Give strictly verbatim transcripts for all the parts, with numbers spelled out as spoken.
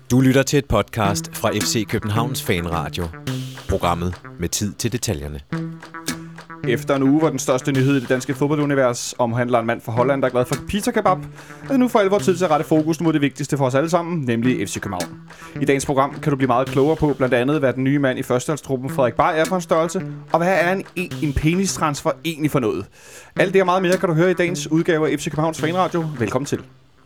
Du lytter til et podcast fra F C Københavns Fanradio. Programmet med tid til detaljerne. Efter en uge, hvor den største nyhed i det danske fodboldunivers omhandler en mand fra Holland, der er glad for pizza kebab, er det nu for alvor tid til at rette fokus mod det vigtigste for os alle sammen, nemlig F C København. I dagens program kan du blive meget klogere på blandt andet, hvad den nye mand i førsteholdstruppen Frederik Bae er for en størrelse, og hvad er en, en penistransfer egentlig for noget. Alt det og meget mere kan du høre i dagens udgave af F C Københavns Fanradio. Velkommen til.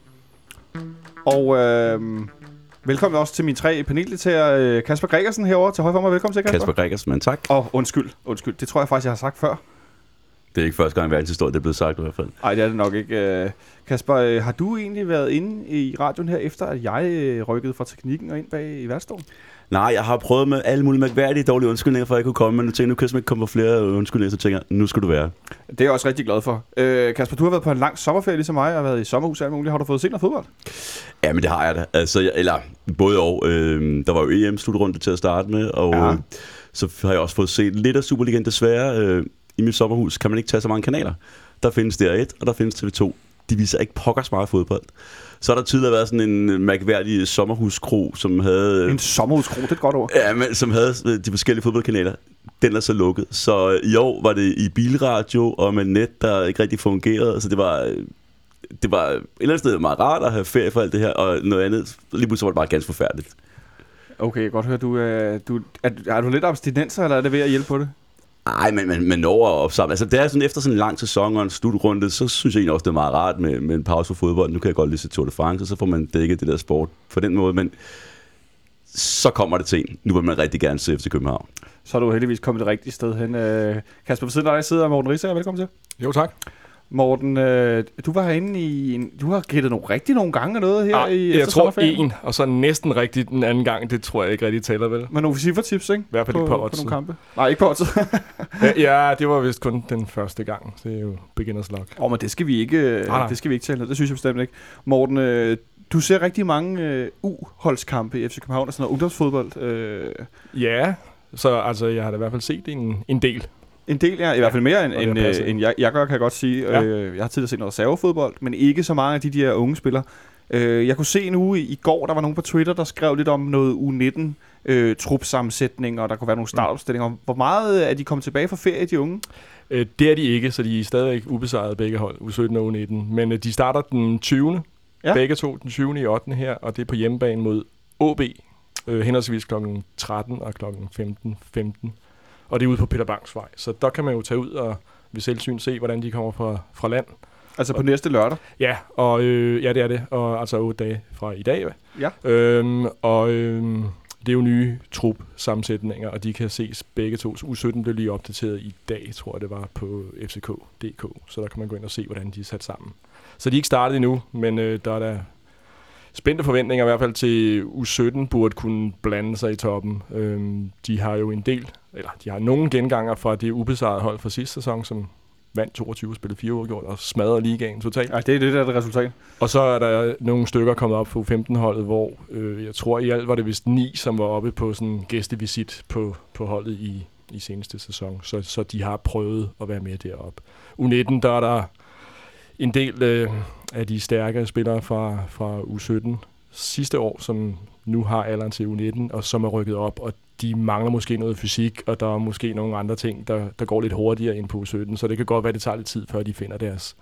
Og øh, velkommen også til mine tre paneldeltagere. Kasper Gregersen herovre til højre for mig. Velkommen til, Kasper. Kasper Gregersen, men tak. Og undskyld, undskyld. Det tror jeg faktisk, jeg har sagt før. Det er ikke første gang i verdenshistorien, det er blevet sagt i hvert fald. Nej, det er det nok ikke. Kasper, har du egentlig været inde i radioen her, efter at jeg rykkede fra teknikken og ind bag i værtsstolen? Nej, jeg har prøvet med alle mulige mærkværdige dårlige undskyldninger, for at jeg kunne komme, men nu tænker jeg, nu kan jeg ikke komme på flere undskyldninger, så tænker jeg, nu skal du være. Det er jeg også rigtig glad for. Øh, Kasper, du har været på en lang sommerferie ligesom mig, og har været i sommerhus og alt muligt. Har du fået set noget fodbold? Ja, men det har jeg da. Altså, jeg, eller både og. Øh, der var jo E M-slutrunde til at starte med, og ja. øh, så har jeg også fået set lidt af Superligaen desværre. Øh, I mit sommerhus kan man ikke tage så mange kanaler. Der findes D R et, og der findes T V to. De viser ikke pokkers meget fodbold. Så har der tidligere været sådan en mærkværdig sommerhuskro, som havde... En sommerhuskro, det er et godt ord. Ja, men som havde de forskellige fodboldkanaler. Den er så lukket. Så i år var det i bilradio og med net, der ikke rigtig fungerede. Så det var... Det var et eller andet sted meget rart at have ferie for alt det her, og noget andet. Lige pludselig var det bare ganske forfærdeligt. Okay, jeg kan godt høre, du, er, du er, er du lidt abstinenser, eller er det ved at hjælpe på det? Nej, men, men, men over at opsamle. Altså, det er sådan, efter sådan en lang sæson og en slutrunde, så synes jeg egentlig også, det er meget rart med, med en pause for fodbold. Nu kan jeg godt lide se Tour de France, og så får man dækket det der sport på den måde. Men så kommer det til en. Nu vil man rigtig gerne se F C København. Så er du heldigvis kommet det rigtige sted hen. Kasper, på siden af dig sidder Morten Risser. Velkommen til. Jo, tak. Morten, øh, du var herinde i en, du har gættet nogle rigtig nogle gange noget her ah, i jeg tror en, og så næsten rigtigt den anden gang. Det tror jeg ikke rigtig taler vel. Men nogle cifretips, ikke? I hvert fald på, på, på nogle kampe. Nej, ikke på oddset. ja, ja, det var vist kun den første gang. Det er jo beginners luck. Åh, oh, men det skal vi ikke, ah, det skal vi ikke tale ned. Det synes jeg bestemt ikke. Morten, øh, du ser rigtig mange øh, U-holdskampe i F C København og sådan noget ungdomsfodbold. Øh. Ja, så altså jeg har da i hvert fald set en, en del. En del, ja. I hvert fald mere end, end, øh, end jeg, jeg gør, kan jeg godt sige. Ja. Øh, jeg har tidligere set noget reservefodbold, men ikke så mange af de der unge spillere. Øh, jeg kunne se en uge i, i går, der var nogen på Twitter, der skrev lidt om noget U nitten øh, trupsammensætning, og der kunne være nogle startopstillinger. Hvor meget er de kommet tilbage fra ferie, de unge? Øh, det er de ikke, så de er stadig ubesejret begge hold, U sytten og U nitten. Men øh, de starter den tyvende Ja. Begge to den tyvende i ottende her, og det er på hjemmebane mod O B, øh, henholdsvis klokken tretten og klokken femten femten. Og det er ude på Peter Bangs Vej. Så der kan man jo tage ud og ved selvsyn se, hvordan de kommer fra, fra land. Altså på og, næste lørdag? Ja, og, øh, ja, det er det. Og altså otte dage fra i dag. Ja. Øhm, og øhm, det er jo nye trup-sammensætninger, og de kan ses begge to. U sytten blev lige opdateret i dag, tror jeg det var, på F C K punktum d k. Så der kan man gå ind og se, hvordan de er sat sammen. Så de er ikke startet endnu, men øh, der er der spændte forventninger i hvert fald til U sytten burde kunne blande sig i toppen. Øhm, de har jo en del, eller de har nogle genganger fra det ubesejrede hold fra sidste sæson, som vandt toogtyve, spillede fire uafgjort og smadrede ligaen totalt. Ja, det er det, der er det resultat. Og så er der nogle stykker kommet op på U femten-holdet, hvor øh, jeg tror i alt var det vist ni, som var oppe på sådan en gæstevisit på, på holdet i, i seneste sæson. Så, så de har prøvet at være med deroppe. U nitten, der er der en del øh, af de stærke spillere fra, fra U sytten sidste år, som nu har alderen til U nitten, og som er rykket op, og de mangler måske noget fysik, og der er måske nogle andre ting, der, der går lidt hurtigere ind på U sytten, så det kan godt være, det tager lidt tid, før de finder deres,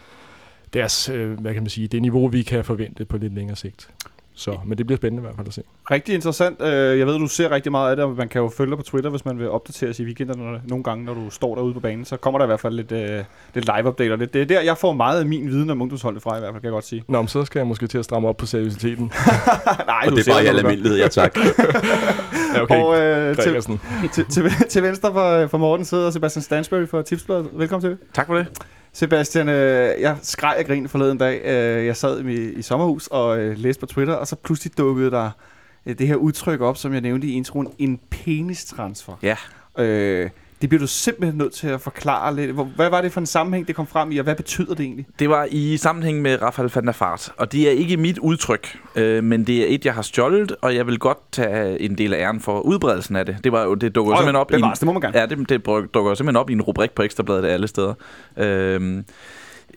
deres øh, hvad kan man sige, det niveau, vi kan forvente på lidt længere sigt. Så, men det bliver spændende i hvert fald at se. Rigtig interessant. Jeg ved, du ser rigtig meget af det, og man kan jo følge dig på Twitter, hvis man vil opdateres i weekenderne. Nogle gange, når du står derude på banen, så kommer der i hvert fald lidt, uh, lidt live-updater. Det er der, jeg får meget af min viden om ungdomsholdet fra, i hvert fald, kan jeg godt sige. Nå, men så skal jeg måske til at stramme op på seriøsiteten. Nej, og det er bare i al almindelighed, ja tak. Ja, okay. Og øh, til, til, til, til venstre for, for Morten sidder Sebastian Stansbury fra Tipsbladet. Velkommen til. Tak for det. Sebastian, øh, jeg skreg af grin forleden dag. Øh, jeg sad i, i sommerhus og øh, læste på Twitter, og så pludselig dukkede der øh, det her udtryk op, som jeg nævnte i introen, en penistransfer. Ja. Øh, det bliver du simpelthen nødt til at forklare lidt. Hvad var det for en sammenhæng, det kom frem i, og hvad betyder det egentlig? Det var i sammenhæng med Rafael van der Vaart, og det er ikke mit udtryk, øh, men det er et, jeg har stjålet, og jeg vil godt tage en del af æren for udbredelsen af det. Det var jo det dukker oh, simpelthen op det i var, det må man gerne. Ja, det, det dukker simpelthen op i en rubrik på Ekstrabladet alle steder. Øh,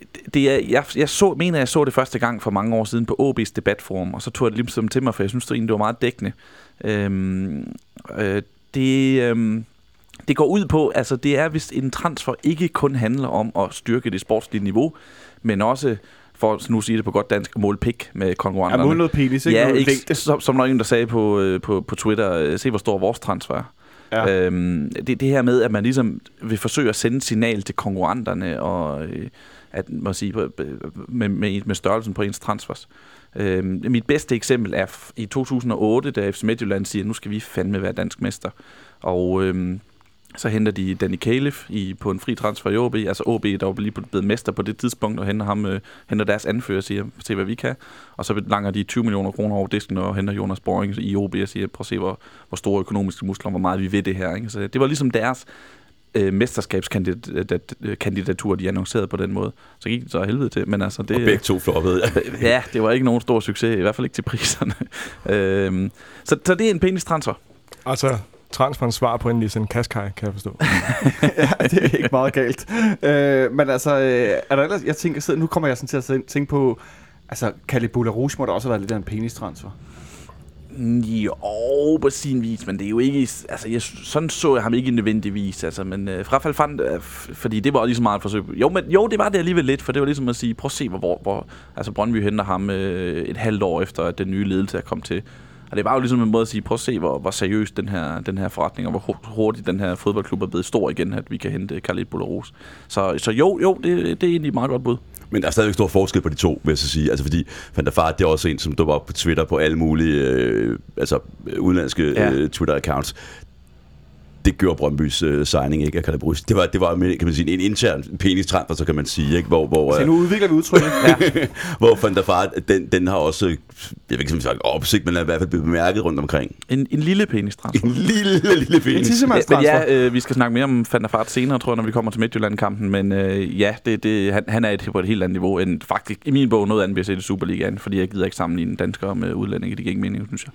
det er, jeg, jeg så, mener, jeg så det første gang for mange år siden på O B's debatforum, og så tog jeg det lige til mig, for jeg synes, det egentlig var meget dækkende. Øhm, øh, det, øhm, det går ud på, altså det er, hvis en transfer ikke kun handler om at styrke det sportslige niveau, men også, for at nu sige det på godt dansk, måle pik med konkurrenterne. Ja, måle noget penis, ikke? Ja, noget ikke, som, som der en, der sagde på, på, på Twitter, se hvor stor vores transfer er. Ja. Øhm, det, det her med, at man ligesom vil forsøge at sende et signal til konkurrenterne, og øh, at, må sige, med, med, med størrelsen på ens transfers. Øhm, mit bedste eksempel er f- i to tusind og otte, da F C Midtjylland siger, nu skal vi fandme være dansk mester. Og øhm, så henter de Danny Califf i, på en fri transfer i O B, altså O B, der var lige blevet mester på det tidspunkt, og henter, ham, øh, henter deres anfører og siger, se hvad vi kan. Og så langer de tyve millioner kroner over disken og henter Jonas Boring i O B og siger, prøv at se, hvor, hvor store økonomiske muskler, hvor meget vi ved det her. Ikke? Så det var ligesom deres øh, mesterskabskandidatur, de annoncerede på den måde. Så gik det så helvede til. Men altså, det, og begge to floppede. Ja, det var ikke nogen stor succes, i hvert fald ikke til priserne. øhm, så, så det er en penistransfer. Altså, transferens svar på en Nissan Qashqai, kan jeg forstå. Ja, det er ikke meget galt. Øh, men altså, øh, er der ellers, jeg tænker, nu kommer jeg sådan til at tænke på, altså, Kalle Boularouge må da også have været lidt af en penistransfer. Jo, på sin vis, men det er jo ikke, altså, jeg, sådan så jeg ham ikke nødvendigvis, altså, men øh, frafald fandt, øh, fordi det var lige så meget et forsøg. Jo, men jo, det var det alligevel lidt, for det var ligesom at sige, prøv at se, hvor, hvor altså, Brøndby henter ham øh, et halvt år efter, at den nye ledelse er kommet til. Og det var jo ligesom en måde at sige, prøv at se, hvor, hvor seriøst den her, den her forretning, og hvor hurtigt den her fodboldklub er blevet stor igen, at vi kan hente Khalid Boularouge. Så, så jo, jo, det, det er egentlig et meget godt bud. Men der er stadigvæk stor forskel på de to, vil jeg så sige. Altså fordi Van der Vaart, det er også en, som dukker op på Twitter på alle mulige øh, altså, udenlandske ja. øh, Twitter-accounts. Det gjorde Brøndbys øh, signing, ikke? Kan det, det var, det var kan man sige, en intern penistransfer, så kan man sige, ikke? Hvor, hvor, så nu udvikler vi udtrykket. Ja. Hvor Van der Vaart, den, den har også, jeg ved ikke, som vi sagt, opsigt, men er i hvert fald blevet bemærket rundt omkring. En, en lille penistransfer. En lille, lille penis. En men ja, øh, vi skal snakke mere om Van der Vaart senere, tror jeg, når vi kommer til Midtjylland-kampen, men øh, ja, det, det, han, han er et, på et helt andet niveau, end faktisk i min bog noget andet, vi har set i Superligaen, fordi jeg gider ikke sammenligne danskere med udlændinge, det giver ikke mening, synes jeg.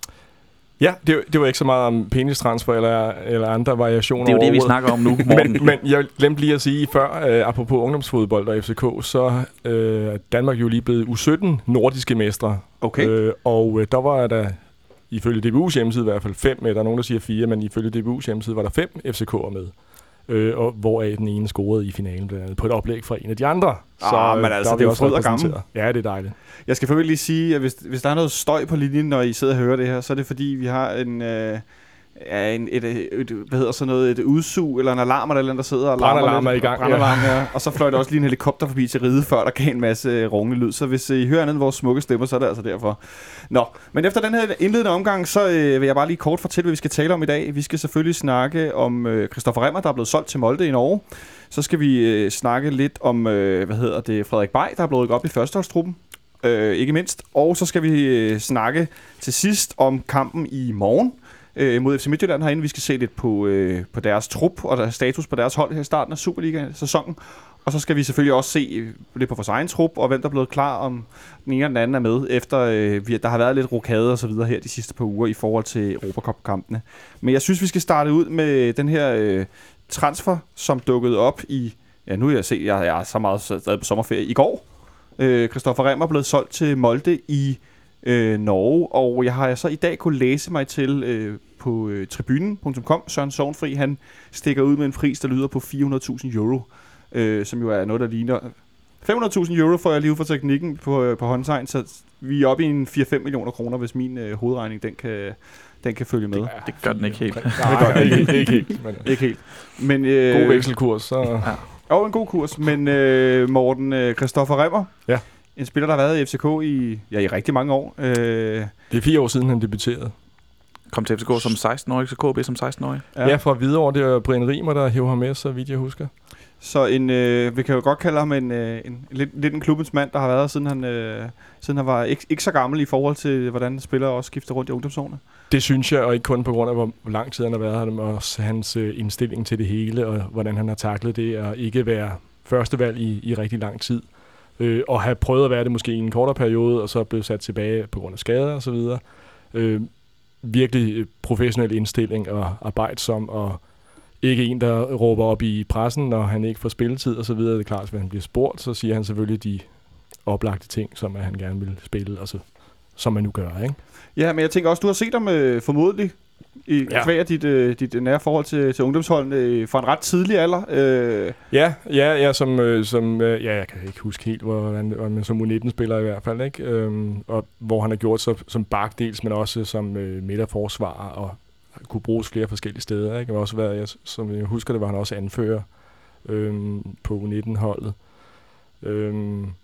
Ja, det, det var ikke så meget om penistransfer eller, eller andre variationer. Det er jo det, vi overhovedet. snakker om nu, Morten. men, men jeg glemte lige at sige før, øh, apropos ungdomsfodbold og F C K, så øh, er Danmark jo lige blevet U sytten nordiske mestre. Okay. Øh, og øh, der var der, ifølge D B U's hjemmeside i hvert fald fem med, der er nogen, der siger fire, men ifølge D B U's hjemmeside var der fem F C K'er med. Øh, og hvoraf den ene scorede i finalen blandt andet på et oplæg fra en af de andre. Ah, så men altså, det er jo fryd og gammel. Ja, det er dejligt. Jeg skal selvfølgelig lige sige, at hvis, hvis der er noget støj på linjen, når I sidder og hører det her, så er det fordi, vi har en... Øh Ja, en, et, et, et, hvad hedder sådan noget, et udsug eller en alarm eller andet, der sidder og larmer Brandalarm er i gang, brandalarm, ja. Ja. Og så fløj der også lige en helikopter forbi til ride, før der gav en masse rungende lyd. Så hvis I hører andet end vores smukke stemmer, så er det altså derfor. Nå, men efter den her indledende omgang, så øh, vil jeg bare lige kort fortælle, hvad vi skal tale om i dag. Vi skal selvfølgelig snakke om øh, Christoffer Remmer, der er blevet solgt til Molde i Norge. Så skal vi øh, snakke lidt om, øh, hvad hedder det, Frederik Bay, der er blevet rykket op i førsteholdstruppen. Øh, ikke mindst. Og så skal vi øh, snakke til sidst om kampen i morgen Øh, mod F C Midtjylland herinde. Vi skal se lidt på, øh, på deres trup og deres status på deres hold her i starten af Superliga-sæsonen. Og så skal vi selvfølgelig også se øh, lidt på vores egen trup, og hvem der er blevet klar, om den ene eller den anden er med, efter øh, vi, der har været lidt rokade og så videre her de sidste par uger i forhold til Europacup-kampene. Men jeg synes, vi skal starte ud med den her øh, transfer, som dukkede op i, ja nu har jeg set, jeg, jeg er så meget stadig på sommerferie, i går. Øh, Christoffer Remmer blev solgt til Molde i Øh, Norge, og jeg har så i dag kunne læse mig til øh, på øh, tribunen punktum com. Søren Sognfri, han stikker ud med en pris, der lyder på fire hundrede tusind euro, øh, som jo er noget, der ligner fem hundrede tusind euro, får jeg lige ud for teknikken på, øh, på håndtegn, så vi er oppe i en fire til fem millioner kroner, hvis min øh, hovedregning, den kan, den kan følge med. Det, det gør den ikke helt. Nej, det gør den ikke, ikke helt. Men, ikke helt. Men, øh, god vekselkurs, så... Ja. Og en god kurs, men øh, Morten, øh, Christoffer Remmer, ja. En spiller, der har været i F C K i, ja, i rigtig mange år. Øh, det er fire år siden, han debuterede. Kom til F C K som seksten-årig, så K B som seksten-årig. Ja, ja fra Hvidovre, det er Brian Rimer, der hæver ham med, så vidt jeg husker. Så en, øh, vi kan jo godt kalde ham en, øh, en, en lidt, lidt en klubbens mand, der har været, siden han, øh, siden han var ikke, ikke så gammel i forhold til, hvordan spillere også skifter rundt i ungdomsårene. Det synes jeg, og ikke kun på grund af, hvor lang tid han har været her, men også hans øh, indstilling til det hele, og hvordan han har taklet det, og ikke være førstevalg i, i rigtig lang tid. Øh, og have prøvet at være det måske i en kortere periode, og så blev sat tilbage på grund af skader og så videre. Øh, virkelig professionel indstilling og arbejdsom, og ikke en, der råber op i pressen, når han ikke får spilletid og så videre. Det er klart, at hvis han bliver spurgt, så siger han selvfølgelig de oplagte ting, som at han gerne vil spille, og så, som man nu gør, ikke? Ja, men jeg tænker også, du har set ham øh, formodentlig i ja. kvæg dit, øh, dit nære forhold til, til ungdomsholdene øh, fra en ret tidlig alder. Øh. Ja, ja, ja, som, øh, som øh, ja, jeg kan ikke huske helt, hvordan, hvordan som U nitten-spiller i hvert fald, ikke? Øhm, og hvor han har gjort så som bak dels, men også som øh, midterforsvarer og kunne bruges flere forskellige steder, ikke? Og også været, jeg, som jeg husker det, var han også anfører øh, på U nitten-holdet. Øh,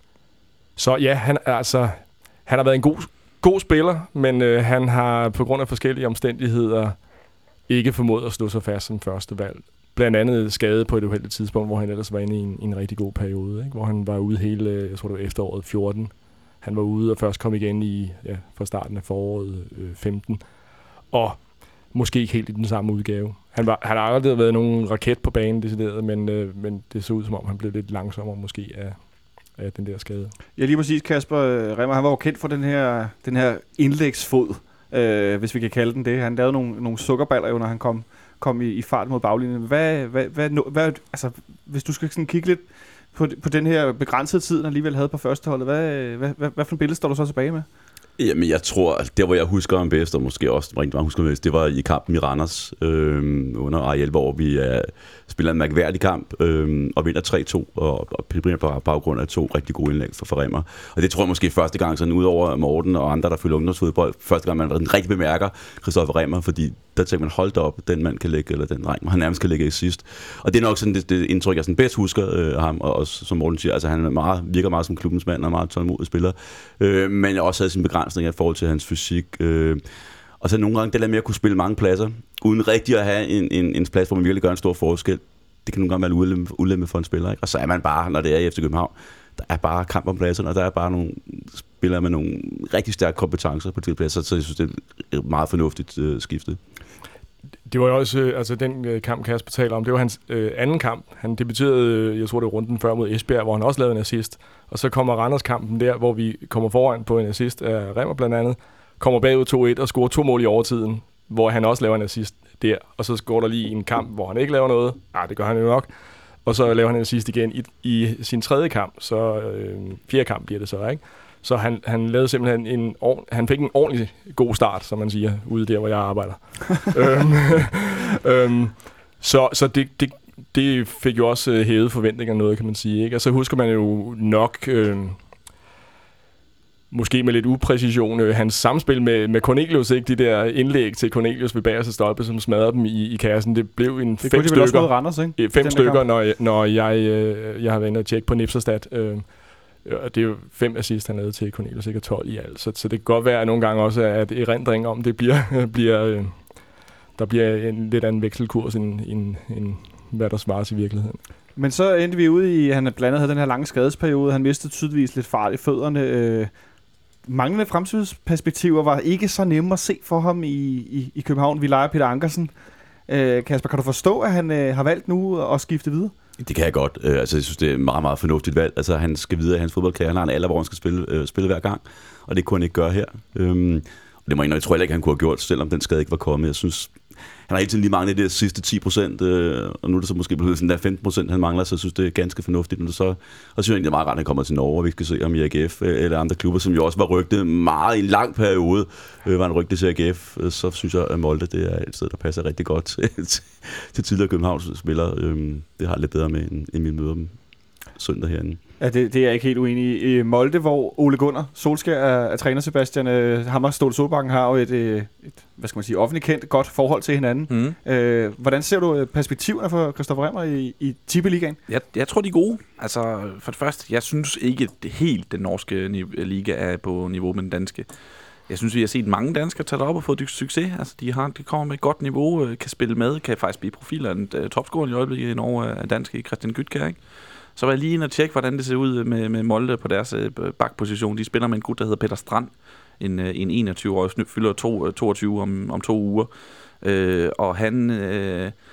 så ja, han altså han har været en god God spiller, men øh, han har på grund af forskellige omstændigheder ikke formået at stå så fast som første valg. Blandt andet skade på et uheldigt tidspunkt, hvor han ellers var inde i en, en rigtig god periode, ikke? Hvor han var ude hele, jeg tror det var efteråret fjorten. Han var ude og først kom igen i ja, fra starten af foråret øh, femten. Og måske ikke helt i den samme udgave. Han, var, han har aldrig været nogen raket på banen, decideret, men, øh, men det så ud som om, han blev lidt langsommere måske af af den der skade. Ja, lige præcis, Kasper Remmer, han var jo kendt for den her, den her indlægsfod, øh, hvis vi kan kalde den det. Han lavede nogle, nogle sukkerballer jo, når han kom, kom i, i fart mod baglinjen. Hvad, hvad, hvad, hvad, altså, hvis du skal sådan kigge lidt på, på den her begrænsede tid, han alligevel havde på førsteholdet, hvad, hvad, hvad, hvad for en billede står du så tilbage med? Jamen, jeg tror, at der, hvor jeg husker ham bedst, og måske også rigtig mange husker ham bedst, det var i kampen i Randers øh, under Ariel, hvor vi øh, spiller en mærkværdig kamp øh, og vinder tre to, og, og primært på baggrund af to rigtig gode indlæg for Remmer. Og det tror jeg måske første gang, sådan udover Morten og andre, der følger ungdomsfodbold, første gang, man rigtig bemærker Christoffer Remmer, fordi der tænker man, hold da op, den mand kan lægge, eller den dreng, han nærmest kan lægge i sidst. Og det er nok sådan det, det indtryk, jeg sådan bedst husker øh, ham, og også, som Morten siger, altså han er meget, virker meget som klubbens mand, og meget tålmodig spiller, øh, men også havde sin begrænsning i forhold til hans fysik. Øh, og så nogle gange, det der med at kunne spille mange pladser, uden rigtig at have en, en, en plads, hvor man virkelig gør en stor forskel, det kan nogle gange være ulempe, ulempe for en spiller, ikke? Og så er man bare, når det er i F C København, der er bare kamp om pladserne, og der er bare nogle spillere med nogle rigtig stærke kompetencer på de pladser, så jeg synes, det er et meget fornuftigt øh, skifte. Det var jo også, øh, altså den øh, kamp, Kasper taler om, det var hans øh, anden kamp. Han debuterede, øh, jeg tror det var runden før mod Esbjerg, hvor han også lavede en assist. Og så kommer Randers-kampen der, hvor vi kommer foran på en assist af Remmer blandt andet, kommer bagud to et og scorer to mål i overtiden, hvor han også laver en assist der. Og så går der lige en kamp, hvor han ikke laver noget. Ah, det gør han jo nok. Og så laver han en assist igen i, i sin tredje kamp, så øh, fjerde kamp bliver det så, ikke? Så han, han lavede simpelthen en han fik en ordentlig god start, som man siger, ude der, hvor jeg arbejder. øhm, øhm, så så det, det, det fik jo også hævet forventninger noget, kan man sige, ikke? Og så husker man jo nok, øh, måske med lidt upræcision, øh, hans samspil med, med Cornelius, ikke? De der indlæg til Cornelius ved bagerste stolpe, som smadrede dem i, i kassen. Det blev en det fem stykker, også Randers, ikke? Fem stykker, når, når jeg, øh, jeg har været inde og tjekke på Nipserstat. Øh, Og det er jo fem assist, han lavede til Cornelius, ikke tolv i alt. Så, så det kan godt være at nogle gange også, at erindring om det bliver, bliver øh, der bliver en lidt anden vekselkurs, end, end, end hvad der svares i virkeligheden. Men så endte vi ude i, han blandt andet havde den her lange skadesperiode. Han mistede tydeligvis lidt fart i fødderne. Øh, manglende fremtidsperspektiver var ikke så nemme at se for ham i, i, i København. Vi leger Peter Ankersen. Øh, Kasper, kan du forstå, at han øh, har valgt nu at skifte videre? Det kan jeg godt. Øh, altså, jeg synes, det er et meget, meget fornuftigt valg. Altså, han skal videre i hans fodboldkarriere. Han har en alder, hvor han skal spille, øh, spille hver gang, og det kunne han ikke gøre her. Øhm, og det må jeg, jeg tror heller ikke, han kunne have gjort, selvom den skade ikke var kommet. Jeg synes, han har hele tiden lige manglet de sidste ti procent, øh, og nu er det så måske blevet sådan der femten procent, han mangler, så jeg synes, det er ganske fornuftigt. Men så, og så synes jeg egentlig, det er meget rart, at han kommer til Norge, og vi skal se ham i A G F eller andre klubber, som jo også var rygtet meget i en lang periode, øh, var en rygte til A G F. Så synes jeg, at Molde, det er et sted, der passer rigtig godt til, til tidligere Københavns spillere. Øh, det har jeg lidt bedre med, end, end vi møder dem søndag herinde. Ja, det, det er jeg ikke helt uenig i. Molde, hvor Ole Gunnar Solskjær er, er træner, Sebastian, øh, ham og Ståle Solbakken har jo et, et, hvad skal man sige, offentligt kendt godt forhold til hinanden. Mm. Øh, hvordan ser du perspektiverne for Christoffer Remmer i, i Tippeligaen? Jeg, jeg tror, de er gode. Altså, for det første, jeg synes ikke det helt den norske liga er på niveau med den danske. Jeg synes, vi har set mange danskere tage op og få succes. Altså, de, har, de kommer med et godt niveau, kan spille med, kan faktisk blive profiler. En uh, topscorer i øjeblikket i Norge er danske Christian Gytkjær, ikke? Så var jeg lige inde og tjekke, hvordan det ser ud med, med Molde på deres øh, bakposition. De spiller med en gut, der hedder Peter Strand. En, øh, en enogtyve-årig, fylder to, toogtyve om, om to uger. Øh, og han, øh,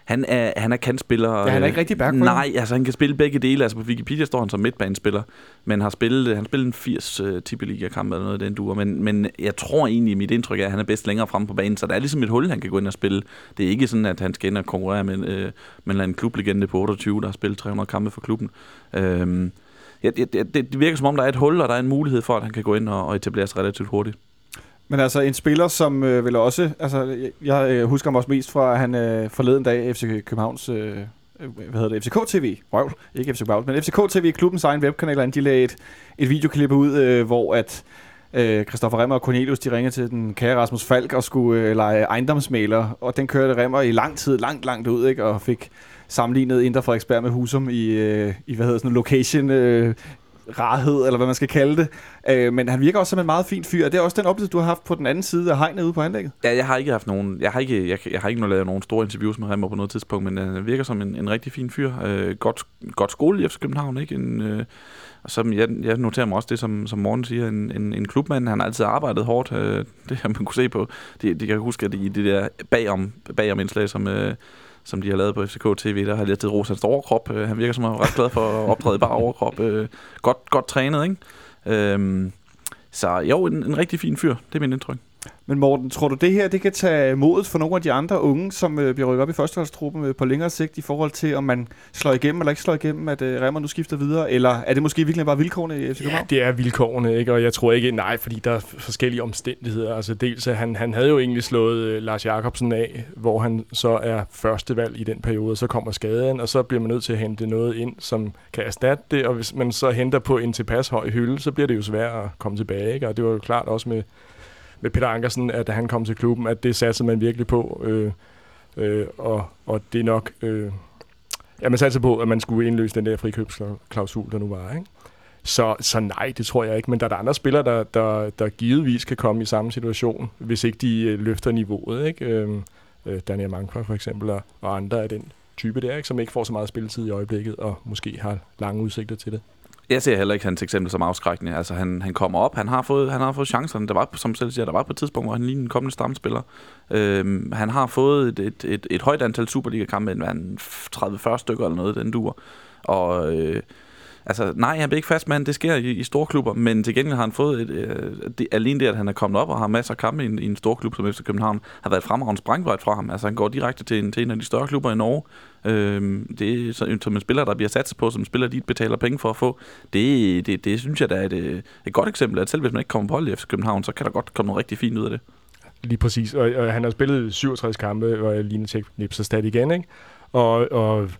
Han er, han er kantspiller. Ja, han er ikke rigtig back. Nej, altså han kan spille begge dele. Altså på Wikipedia står han som midtbanespiller, men har spillet, han spillet en firs uh, Tippeliga-kamp eller noget af den duer. Men, men jeg tror egentlig, mit indtryk er, at han er bedst længere fremme på banen, så der er ligesom et hul, han kan gå ind og spille. Det er ikke sådan, at han skal ind og konkurrere med, øh, med en klublegende på otteogtyve, der har spillet tre hundrede kampe for klubben. Øhm, ja, det, det, det virker som om, der er et hul, og der er en mulighed for, at han kan gå ind og, og etablere sig relativt hurtigt. Men altså en spiller, som øh, vil også... Altså, jeg, jeg husker ham også mest fra, at han øh, forleden dag F C Københavns... Øh, hvad hedder det? F C K T V. Wow, ikke F C Københavns, men F C K T V, klubbens egen webkanal, de lagde et, et videoklip ud, øh, hvor at øh, Christoffer Remmer og Cornelius, de ringede til den kære Rasmus Falk og skulle øh, lege ejendomsmægler, og den kørte Remmer i lang tid, langt, langt ud, ikke? Og fik sammenlignet Indre Frederiksberg med Husum i, øh, i hvad hedder sådan en location... Øh, rarhed, eller hvad man skal kalde det. Øh, men han virker også som en meget fin fyr. Er det også den oplevelse, du har haft på den anden side af hegnet ude på anlægget? Ja, jeg har ikke haft nogen... Jeg har ikke, jeg, jeg har ikke lavet nogen store interviews med ham på noget tidspunkt, men han virker som en, en rigtig fin fyr. Øh, godt, godt skole i F C København, ikke? En, øh, og som jeg, jeg noterer mig også det, som, som Morten siger, en, en, en klubmand. Han har altid arbejdet hårdt. Øh, det har man kunne se på. Det, det kan jeg huske, at i det der bagom, bagom indslag, som... Øh, som de har lavet på F C K T V, der har lidt til rosa hans overkrop. Uh, han virker som er ret glad for at optræde bare overkrop. Uh, godt, godt trænet, ikke? Um, så jo, en, en rigtig fin fyr. Det er min indtryk. Men Morten, tror du det her, det kan tage modet for nogle af de andre unge, som øh, bliver rykket op i førsteholdstruppen øh, på længere sigt, i forhold til, om man slår igennem eller ikke slår igennem, at øh, Remmer nu skifter videre? Eller er det måske virkelig bare vilkårene i F C København? Ja, det er vilkårene, ikke? Og jeg tror ikke, nej, fordi der er forskellige omstændigheder. Altså dels, at han, han havde jo egentlig slået øh, Lars Jacobsen af, hvor han så er førstevalg i den periode, så kommer skaden, og så bliver man nødt til at hente noget ind, som kan erstatte det, og hvis man så henter på en tilpas høj hylde, så bliver det jo svært at komme tilbage, ikke? Og det var jo klart også med med Peter Ankersen, at han kom til klubben, at det satte man virkelig på, øh, øh, og, og det er nok, øh, ja, man satte på, at man skulle indløse den der frikøbsklausul, der nu var, ikke? Så, så nej, det tror jeg ikke, men der er der andre spillere, der, der, der givetvis kan komme i samme situation, hvis ikke de øh, løfter niveauet, ikke? Øh, øh, Daniel Mankvar for eksempel, og, og andre af den type der, ikke? Som ikke får så meget spilletid i øjeblikket, og måske har lange udsigter til det. Jeg ser heller ikke hans eksempel som afskrækkende. Altså han, han kommer op, han har fået han har fået chancerne. Der var, som selv siger, der var på et tidspunkt, hvor han lignede en kommende stamspiller. Øhm, han har fået et, et, et, et højt antal Superliga-kampe, en tredive fyrre stykker eller noget, den dur. Og øh, altså nej, han bliver ikke fast mand, det sker i, i store klubber, men til gengæld har han fået et, øh, det, alene det, at han er kommet op og har masser af kampe i en, i en stor klub som F C København, har været fremragende sprængvejt fra ham. Altså han går direkte til en, til en af de større klubber i Norge. Øhm, det er så, som en spiller, der bliver satset på, som spiller, de betaler penge for at få. Det, det, det synes jeg, der er et, et godt eksempel, at selv hvis man ikke kommer på hold i F C København, så kan der godt komme noget rigtig fint ud af det. Lige præcis, og, og han har spillet syvogtres kampe, og jeg ligner til Nipserstad igen, ikke? Og, og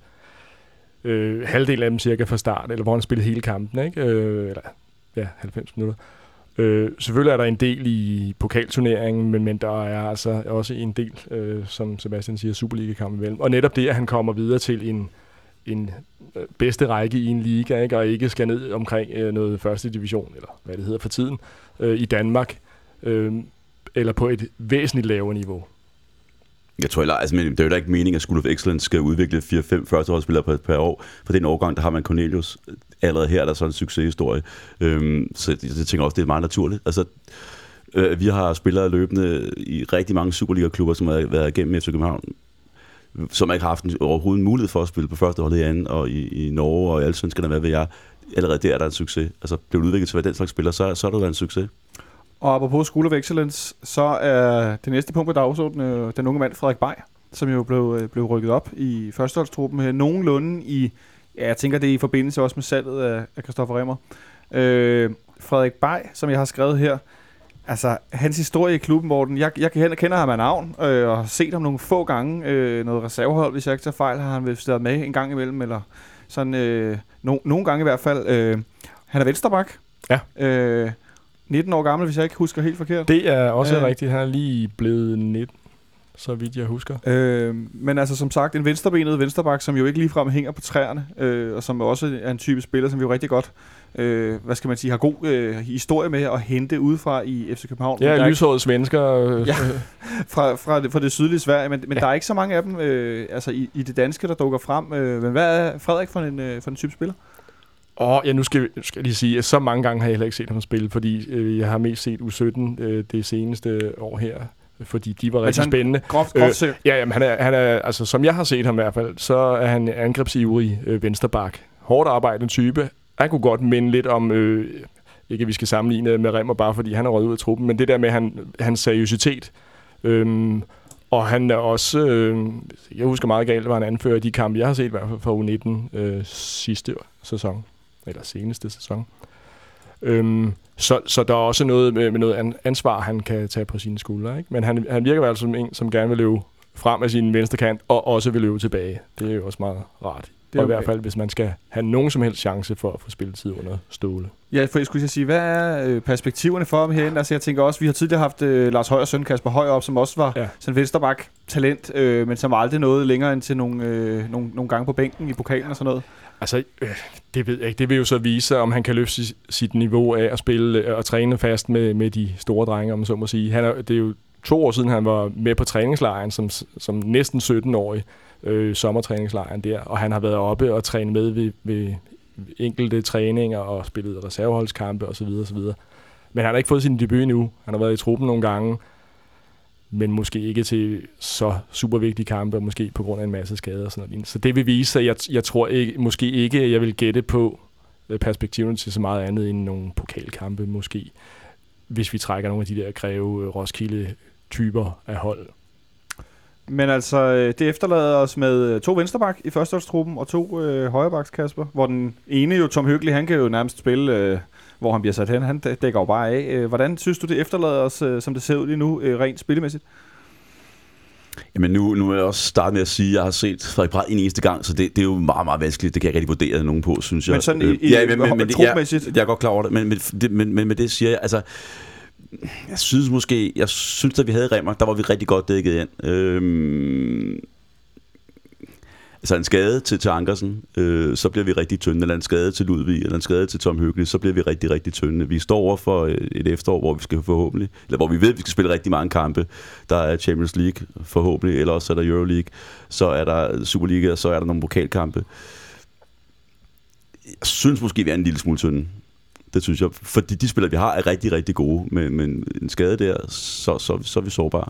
øh, halvdelen af dem cirka fra start, eller hvor han spillede hele kampen, ikke? Øh, eller ja, halvfems minutter. Øh, selvfølgelig er der en del i pokalturneringen, men, men der er altså også en del, øh, som Sebastian siger, Superliga-kamp imellem. Og netop det, at han kommer videre til en, en bedste række i en liga, ikke? Og ikke skal ned omkring øh, noget første division, eller hvad det hedder for tiden, øh, i Danmark, øh, eller på et væsentligt lavere niveau. Jeg tror, altså, men det er jo da ikke meningen, at School of Excellence skal udvikle fire fem førsteholdsspillere på et par år. For den årgang, der har man Cornelius. Allerede her er der sådan en succeshistorie. Øhm, så jeg, jeg tænker også, det er meget naturligt. Altså, øh, vi har spillere løbende i rigtig mange Superliga-klubber, som har været igennem F C København, som ikke har haft en, overhovedet en mulighed for at spille på første hold i anden, og i, i Norge og i alle svenskerne, hvad ved jeg. Allerede der er der en succes. Altså, blev udviklet til at være den slags spiller, så, så er det været en succes. Og apropos School of Excellence, så er det næste punkt på dagsordenen den unge mand Frederik Bay, som jo blev, blev rykket op i førsteholdstruppen her nogenlunde i, ja, jeg tænker det er i forbindelse også med salget af, af Christoffer Remmer. Øh, Frederik Bay, som jeg har skrevet her, altså hans historie i klubben, Morten, jeg, jeg kender ham af navn, øh, og har set ham nogle få gange, øh, noget reservehold, hvis jeg ikke tager fejl, har han vel stået med en gang imellem, eller sådan, øh, no, nogle gange i hvert fald. Øh, han er venstreback. Ja. Øh, nitten år gammel, hvis jeg ikke husker helt forkert. Det er også øh, rigtigt. Han er lige blevet nitten, så vidt jeg husker. Øh, men altså som sagt, en venstrebenet venstreback, som jo ikke ligefrem hænger på træerne, øh, og som også er en type spiller, som vi jo rigtig godt, øh, hvad skal man sige, har god øh, historie med at hente udefra i F C København. Ja, lyshårede svensker. Øh, ja, fra, fra, det, fra det sydlige Sverige, men, men ja. Der er ikke så mange af dem øh, altså i, i det danske, der dukker frem. Øh, men hvad er Frederik for en, øh, for en type spiller? Åh, ja, nu skal, skal jeg lige sige, at så mange gange har jeg heller ikke set ham spille, fordi øh, jeg har mest set U sytten øh, det seneste år her. fordi de var altså rigtig spændende. Groft, groft øh, ja, jamen, han er, han er, altså, som jeg har set ham i hvert fald, så er han angrebsivrig øh, vensterbak. Hårdt arbejdende type. Han kunne godt minde lidt om, øh, ikke at vi skal sammenligne med Remmer, bare fordi han er røget ud af truppen, men det der med han, hans seriøsitet. Øhm, og han er også, øh, jeg husker meget galt, var han anfører i de kampe, jeg har set i hvert fald fra U nitten øh, sidste sæson, eller seneste sæson. Øhm, så, så der er også noget med, med noget ansvar, han kan tage på sine skuldre. Ikke? Men han, han virker altså som en, som gerne vil løbe frem af sin venstre kant, og også vil løbe tilbage. Det er jo også meget rart. Det er i hvert fald, hvis man skal have nogen som helst chance for at få spilletid under Ståle. Ja, for jeg skulle sige, hvad er perspektiverne for ham herinde? Altså, jeg tænker også, vi har tidligere haft uh, Lars Højers søn, Kasper Højer op, som også var ja. sådan vensterbak talent, øh, men som aldrig nåede længere end til nogle, øh, nogle, nogle gange på bænken i pokalen og sådan noget. Altså, øh, det ved jeg ikke. Det vil jo så vise, om han kan løfte sit niveau af at spille og træne fast med, med de store drenge, om man så må sige. Han er, det er jo to år siden, han var med på træningslejren som, som næsten sytten-årig. Øh, sommertræningslejren der, og han har været oppe og trænet med ved, ved enkelte træninger og spillet reserveholdskampe osv. osv. Men han har ikke fået sin debut endnu. Han har været i truppen nogle gange, men måske ikke til så super vigtige kampe, måske på grund af en masse skader og sådan noget. Så det vil vise sig, jeg, jeg tror ikke, måske ikke, at jeg vil gætte på perspektiven til så meget andet end nogle pokalkampe, måske, hvis vi trækker nogle af de der Greve, Roskilde-typer af hold. Men altså, det efterlader os med to vensterbak i førsteholdstruppen og to øh, højrebaks, Kasper. Hvor den ene jo, Tom Høgli, han kan jo nærmest spille, øh, hvor han bliver sat hen. Han dækker jo bare af. Hvordan synes du, det efterlader os, øh, som det ser ud lige nu, øh, rent spillemæssigt? Jamen nu, nu er jeg også startet med at sige, at jeg har set Frederik Brahe en eneste gang, så det, det er jo meget, meget vanskeligt. Det kan jeg rigtig vurdere nogen på, synes jeg. Men sådan i, i ja, men, men, men, trupmæssigt? Jeg, jeg er godt klar over det, men, men, det, men, men med det siger jeg, altså... Jeg synes måske, jeg synes, at vi havde Remmer, der var vi rigtig godt dækket ind. Øhm, altså en skade til, til Ankersen, øh, så bliver vi rigtig tynde, eller en skade til Ludvig, eller en skade til Tom Høgli, så bliver vi rigtig, rigtig tynde. Vi står over for et efterår, hvor vi skal forhåbentlig, eller hvor vi ved, at vi skal spille rigtig mange kampe. Der er Champions League forhåbentlig, eller også er der Euro League, så er der Superliga, så er der nogle pokalkampe. Jeg synes måske, vi er en lille smule tynde. Det synes jeg, fordi de spillere, vi har, er rigtig, rigtig gode, men, men en skade der, så, så, så er vi sårbare.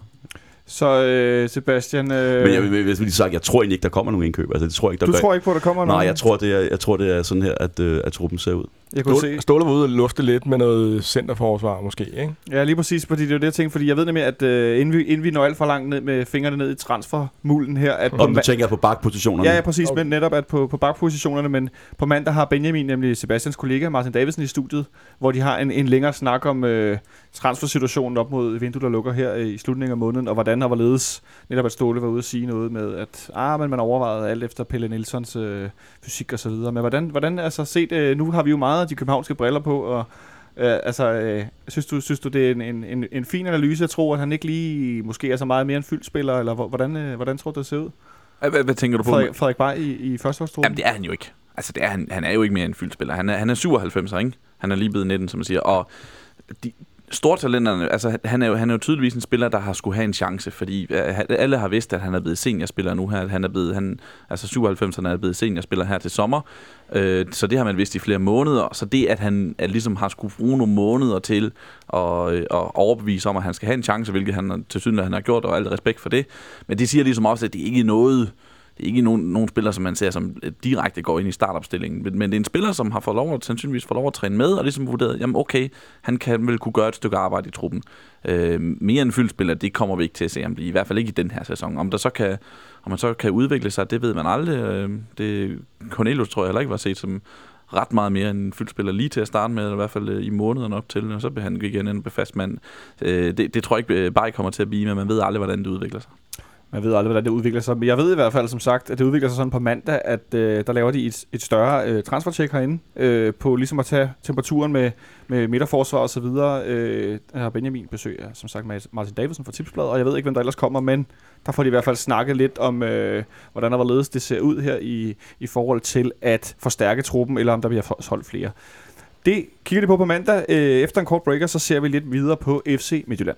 Så øh, Sebastian... Øh... Men jeg vil lige sagt, jeg tror egentlig ikke, der kommer nogen indkøb. Altså, det tror jeg ikke, der du gør... tror ikke på, der kommer nogen? Nej, jeg tror, det er, jeg tror, det er sådan her, at, øh, at truppen ser ud. Jeg kunne Ståle, se. Ståle var ude og lufte lidt med noget centerforsvar måske, ikke? Ja, lige præcis, fordi det er jo det, jeg tænker, fordi jeg ved nemlig, at øh, inden, vi, inden vi når alt for langt ned med fingrene ned i transfermulden her... At og du tænker på bakpositionerne? Ja, ja, præcis, okay. Men netop at på, på bakpositionerne, men på mandag har Benjamin, nemlig Sebastians kollega Martin Davidsen i studiet, hvor de har en, en længere snak om øh, transfersituationen op mod vinduet, der lukker her i slutningen af måneden, og hvordan og hvorledes netop at Ståle var ude at sige noget med, at ah, men man overvejede alt efter Pelle Nielsons øh, fysik og så videre. Men hvordan, hvordan altså set, øh, nu har vi jo meget af de københavnske briller på, og øh, altså, øh, synes, du, synes du, det er en, en, en fin analyse at tro, at han ikke lige måske er så meget mere en fyldspiller, eller hvordan, øh, hvordan tror du, det ser ud? Hvad, hvad tænker du på? Frederik, Frederik Brahe i, i førsteholdstruppen? Jamen, det er han jo ikke. Altså, det er han, han er jo ikke mere en fyldspiller. Han er, han er syvoghalvfemser, ikke? Han er lige blevet nitten, som man siger. Og de stortalenterne, altså, han er, jo, han er jo tydeligvis en spiller, der har skulle have en chance, fordi uh, alle har vidst, at han er blevet seniorspiller nu her. Han er blevet, han, altså syvoghalvfemserne er blevet seniorspiller her til sommer. Uh, så det har man vidst i flere måneder. Så det, at han at ligesom har skulle bruge nogle måneder til at, at overbevise om, at han skal have en chance, hvilket han til synligheden han har gjort, og alt respekt for det. Men det siger ligesom også, at det ikke er noget... Det er ikke nogen, nogen spiller, som man ser, som direkte går ind i startopstillingen, men, men det er en spiller, som har fået lov at, sandsynligvis fået lov at træne med, og ligesom vurderet, jamen okay, han kan vel kunne gøre et stykke arbejde i truppen. Øh, mere end fyldspiller, det kommer vi ikke til at se ham blive, i hvert fald ikke i den her sæson. Om der så kan, om man så kan udvikle sig, det ved man aldrig. Øh, det, Cornelius tror jeg heller ikke var set som ret meget mere end en fyldspiller lige til at starte med, eller i hvert fald i måneden op til, og så bliver han igen en befast mand. Øh, det, det tror jeg ikke bare kommer til at blive, men man ved aldrig, hvordan det udvikler sig. Man ved aldrig, hvordan det udvikler sig. Men jeg ved i hvert fald, som sagt, at det udvikler sig sådan på mandag, at øh, der laver de et, et større øh, transfercheck herinde, øh, på ligesom at tage temperaturen med, med midterforsvar og så videre. Øh, der har Benjamin besøg af, som sagt, Martin Davidsen fra Tipsbladet, og jeg ved ikke, hvem der ellers kommer, men der får de i hvert fald snakket lidt om, øh, hvordan der var ledes det ser ud her i, i forhold til at forstærke truppen, eller om der bliver holdt flere. Det kigger de på på mandag. Øh, efter en kort breaker, så ser vi lidt videre på F C Midtjylland.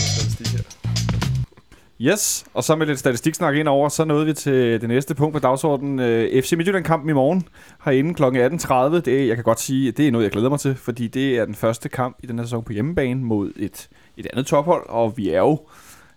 Yes, og så med lidt statistiksnak ind over, så nåede vi til det næste punkt på dagsordenen. F C Midtjylland-kampen i morgen herinde kl. atten tredive. Det, jeg kan godt sige, at det er noget, jeg glæder mig til, fordi det er den første kamp i den her sæson på hjemmebane mod et, et andet tophold, og vi er jo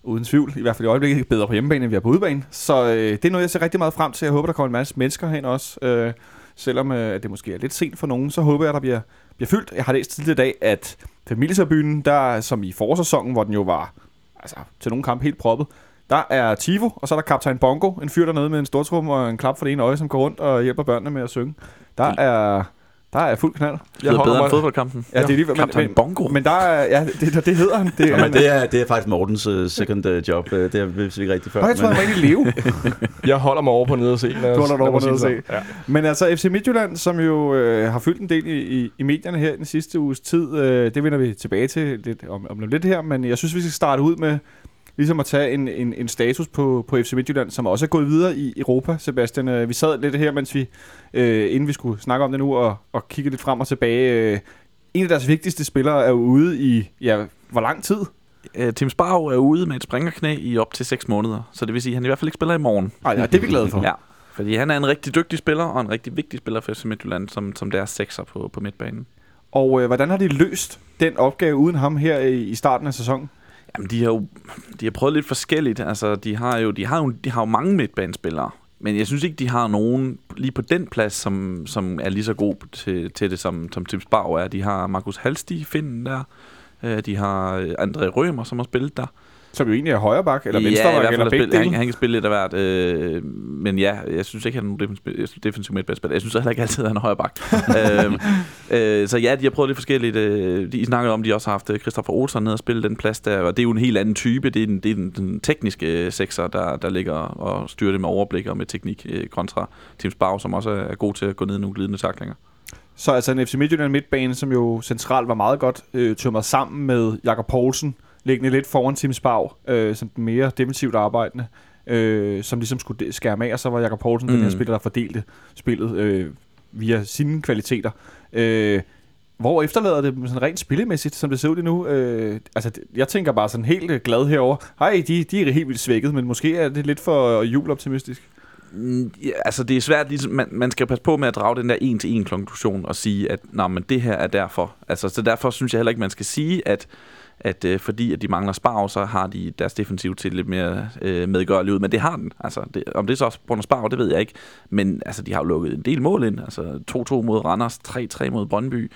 uden tvivl, i hvert fald i øjeblikket, bedre på hjemmebane, end vi er på udebane. Så øh, det er noget, jeg ser rigtig meget frem til. Jeg håber, der kommer en masse mennesker hen også. Øh, selvom øh, det måske er lidt sent for nogen, så håber jeg, der bliver, bliver fyldt. Jeg har læst tidligere i dag, at Familieserbyen, der som i forårssæsonen, hvor den jo var altså, til nogle kampe helt proppet, der er Tivo, og så er der kaptajn Bongo, en fyr dernede med en stortrum og en klap for det ene øje, som går rundt og hjælper børnene med at synge. Der er... Der er fuld knald. Det er bedre end fodboldkampen. Ja, det er lige, Kaptajn men, Bongo. Men der er, ja, det, det hedder han. Det, ja, men det er, det er faktisk Mortens uh, second uh, job. Uh, det er vi ikke rigtig før. Nå, jeg tror, han var egentlig leve. Jeg holder mig over på nede og se. Du holder dig over på nede og se. Ja. Men altså, F C Midtjylland, som jo øh, har fyldt en del i, i, i medierne her den sidste uges tid, øh, det vender vi tilbage til lidt, om, om lidt her. Men jeg synes, vi skal starte ud med ligesom at tage en, en, en status på, på F C Midtjylland, som også er gået videre i Europa, Sebastian. Øh, vi sad lidt her, mens vi, øh, inden vi skulle snakke om det nu, og, og kigge lidt frem og tilbage. Øh, en af deres vigtigste spillere er jo ude i, ja, hvor lang tid? Øh, Tim Sparrow er ude med et springerknæ i op til seks måneder, så det vil sige, at han i hvert fald ikke spiller i morgen. Ej, ja, det er vi glade for. Ja, fordi han er en rigtig dygtig spiller, og en rigtig vigtig spiller for F C Midtjylland, som, som deres sekser på, på midtbanen. Og øh, hvordan har de løst den opgave uden ham her i, i starten af sæsonen? Jamen, de har jo de har prøvet lidt forskelligt. Altså, de har jo de har jo de har jo mange midtbanespillere, men jeg synes ikke de har nogen lige på den plads, som som er lige så god til, til det som som Tim Sparrow er. De har Markus Halsti, finden der. De har André Rømer, som har spillet der. Som jo egentlig er højre bak, eller venstre bak, ja, eller begge spille, dele. Han, han kan spille lidt af hvert, øh, men ja, jeg synes ikke, han er nogen defensiv, defensiv midtbanespiller. Jeg synes heller ikke altid, at han er højre bak. øh, øh, så ja, de har prøvet lidt forskelligt. Øh, de snakkede om, at de også har haft Christopher Olsen ned og spille den plads der, og det er jo en helt anden type. Det er den, det er den, den tekniske sekser, der, der ligger og styrer det med overblik og med teknik øh, kontra Tim Sparrow, som også er god til at gå ned i nogle glidende taklinger. Så altså en F C Midtjylland midtbane, som jo centralt var meget godt øh, tømret sammen med Jakob Poulsen, liggende lidt foran Tim Sparrow, øh, som den mere defensivt arbejdende, øh, som ligesom skulle skære af, og så var Jakob Poulsen mm. den her spiller, der fordelte spillet øh, via sine kvaliteter. Øh, hvor efterlader det sådan rent spillemæssigt, som det ser ud lige nu? Øh, altså, jeg tænker bare sådan helt glad herover. Hej, de, de er helt vildt svækket, men måske er det lidt for juloptimistisk. Ja, altså det er svært, ligesom, man, man skal passe på med at drage den der en-til-en konklusion og sige, at nej, men det her er derfor. Altså, så derfor synes jeg heller ikke, man skal sige, at at øh, fordi at de mangler Sparrow, så har de deres defensiv til lidt mere øh, medgørligt ud, men det har den. Altså, det, om det så også på Sparrow, det ved jeg ikke, men altså, de har jo lukket en del mål ind, altså to-to mod Randers, tre-tre mod Brøndby.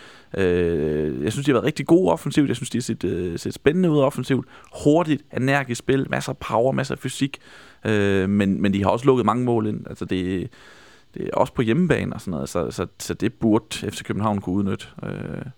Øh, jeg synes, de har været rigtig gode offensivt, jeg synes, de har set, øh, set spændende ud offensivt, hurtigt, energisk spil, masser af power, masser af fysik, øh, men, men de har også lukket mange mål ind, altså det, det er også på hjemmebane og sådan noget, så, så, så det burde F C København kunne udnytte øh,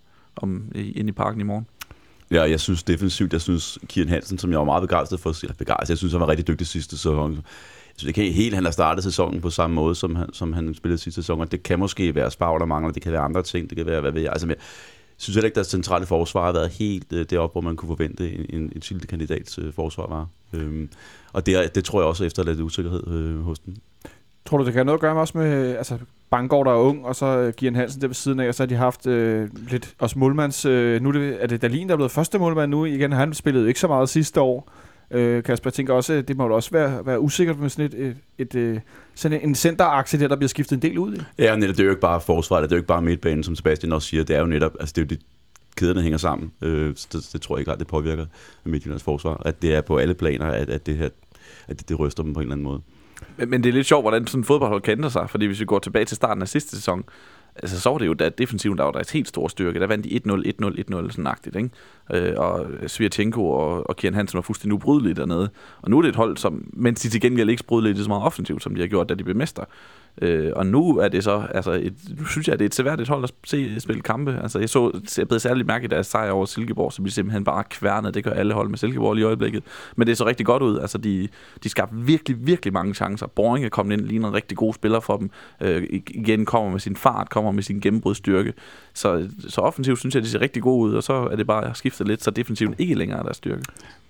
om, ind i parken i morgen. Ja, jeg synes defensivt, jeg synes Kian Hansen, som jeg var meget begejstret for, eller begejstret, jeg synes, han var rigtig dygtig sidste sæson. Jeg synes ikke helt, han har startet sæsonen på samme måde, som han, som han spillede sidste sæson, og det kan måske være Sparrow, der mangler, det kan være andre ting, det kan være, hvad ved jeg. Altså, jeg synes heller ikke, at deres centrale forsvar har været helt uh, deroppe, hvor man kunne forvente en, en, en Silde-kandidats uh, forsvar var. Um, og det, det tror jeg også efter lidt usikkerhed uh, hos den. Tror du, det kan have noget at gøre med også med altså Banggaard, der er ung, og så Kian Hansen der ved siden af, og så har de haft øh, lidt også målmands... Øh, nu er det, er det Dahlin, der er blevet første målmand nu igen. Han spillede ikke så meget sidste år. Øh, Kasper, jeg tænker også, det må jo også være, være usikkert med sådan et, et, et, et sådan en centerakse der, der bliver skiftet en del ud i. Ja, netop, det er jo ikke bare forsvaret, det er jo ikke bare midtbanen, som Sebastian også siger. Det er jo netop, altså det er jo de kæderne hænger sammen. Øh, det, det tror jeg ikke, at det påvirker Midtjyllands forsvar. At det er på alle planer, at, at det her at det, det ryster dem på en eller anden måde. Men, men det er lidt sjovt, hvordan sådan en fodboldhold kan ændre sig, fordi hvis vi går tilbage til starten af sidste sæson, altså så var det jo, da defensiven der var der et helt stor styrke, der vandt de et-nul, et-nul, et-nul, sådan agtigt, ikke? Øh, og Svirchenko og, og Kian Hansen var fuldstændig ubrydelige dernede, og nu er det et hold, som, mens de til gengæld ikke sprudede lidt så meget offensivt, som de har gjort, da de blev mestre. Øh, og nu er det så, altså, et, nu synes jeg, at det er et seværdigt hold at se spille kampe. Altså, jeg så, jeg blev særligt mærke, da jeg sejr over Silkeborg, så bliver simpelthen bare kværnet. Det gør alle hold med Silkeborg lige i øjeblikket. Men det så rigtig godt ud. Altså, de, de skabte virkelig, virkelig mange chancer. Boring er kommet ind, ligner en rigtig god spiller for dem. Øh, igen kommer med sin fart, kommer med sin gennembrudstyrke. Så, så offensivt synes jeg, de ser rigtig gode ud, og så er det bare skiftet lidt, så defensivt ikke længere er deres styrke.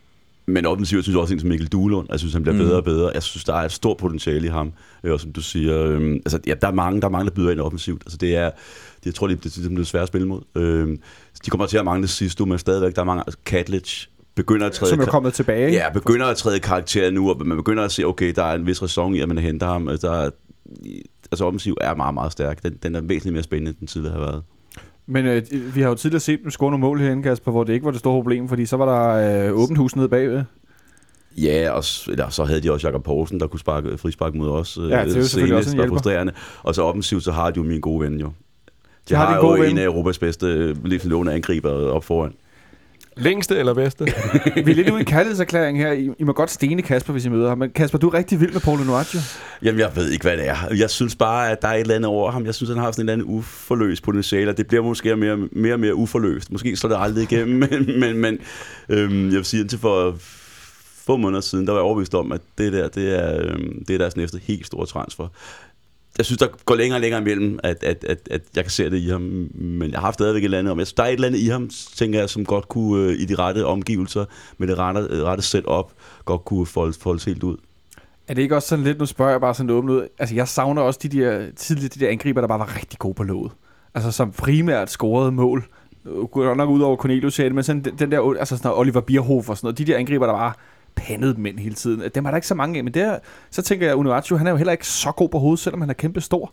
Men offensivt synes jeg også en som Mikkel Duelund. Jeg synes, han bliver mm. bedre og bedre. Jeg synes, der er et stort potentiale i ham. Og som du siger, øhm, altså, ja, der er mange, der mangler byder ind offensivt. Altså, det er, det, jeg tror, det, det, det, det er svært at spille mod. Øhm, de kommer til at mangle det sidste uge, men stadigvæk, der er mange. Altså, Katlich begynder at træde... Som er kommet tilbage. Ja, begynder at træde karakter nu, og man begynder at se, okay, der er en vis ræson i, at man henter ham. Der er, altså, offensiv er meget, meget stærk. Den, den er væsentligt mere spændende, end den tidligere har været. Men øh, vi har jo tidligere set dem score nogle mål herinde, Kasper, hvor det ikke var det store problem, fordi så var der øh, åbent hus nede bagved. Ja, og eller, så havde de også Jakob Poulsen, der kunne sparke frispark mod os. Ja, det er jo selvfølgelig også en hjælper. Frustrerende. Og så offensivt, så har de jo min gode ven jo. De, de har, har de jo ven. en af Europas bedste livslående angriber op foran. Længste eller bedste? Vi er lidt ude i en kærlighedserklæring her. I, I må godt stene Kasper, hvis I møder ham. Men Kasper, du er rigtig vild med Paulo Onuachu. Jamen, jeg ved ikke, hvad det er. Jeg synes bare, at der er et eller andet over ham. Jeg synes, han har sådan en eller anden uforløst potentiale, og det bliver måske mere, mere og mere uforløst. Måske slår det aldrig igennem, men, men, men øhm, jeg vil sige, indtil for få måneder siden, der var jeg overbevist om, at det der, det er, øhm, det er deres næste helt store transfer. Jeg synes, der går længere og længere imellem, at, at, at, at jeg kan se det i ham, men jeg har haft stadigvæk et eller andet om. Jeg synes, der er et eller andet i ham, tænker jeg, som godt kunne i de rette omgivelser, med det rette, rette setup, godt kunne foldes, foldes helt ud. Er det ikke også sådan lidt, nu spørger jeg bare sådan åbent ud, altså jeg savner også de der tidligere de der angriber, der bare var rigtig gode på låget. Altså som primært scorede mål. Godt nok ud over Cornelius, men sådan den, den der, altså sådan Oliver Bierhoff og sådan noget, de der angriber, der bare pandede mænd hele tiden. Dem er der ikke så mange af, men der, så tænker jeg, Onuachu, han er jo heller ikke så god på hovedet, selvom han er kæmpe stor.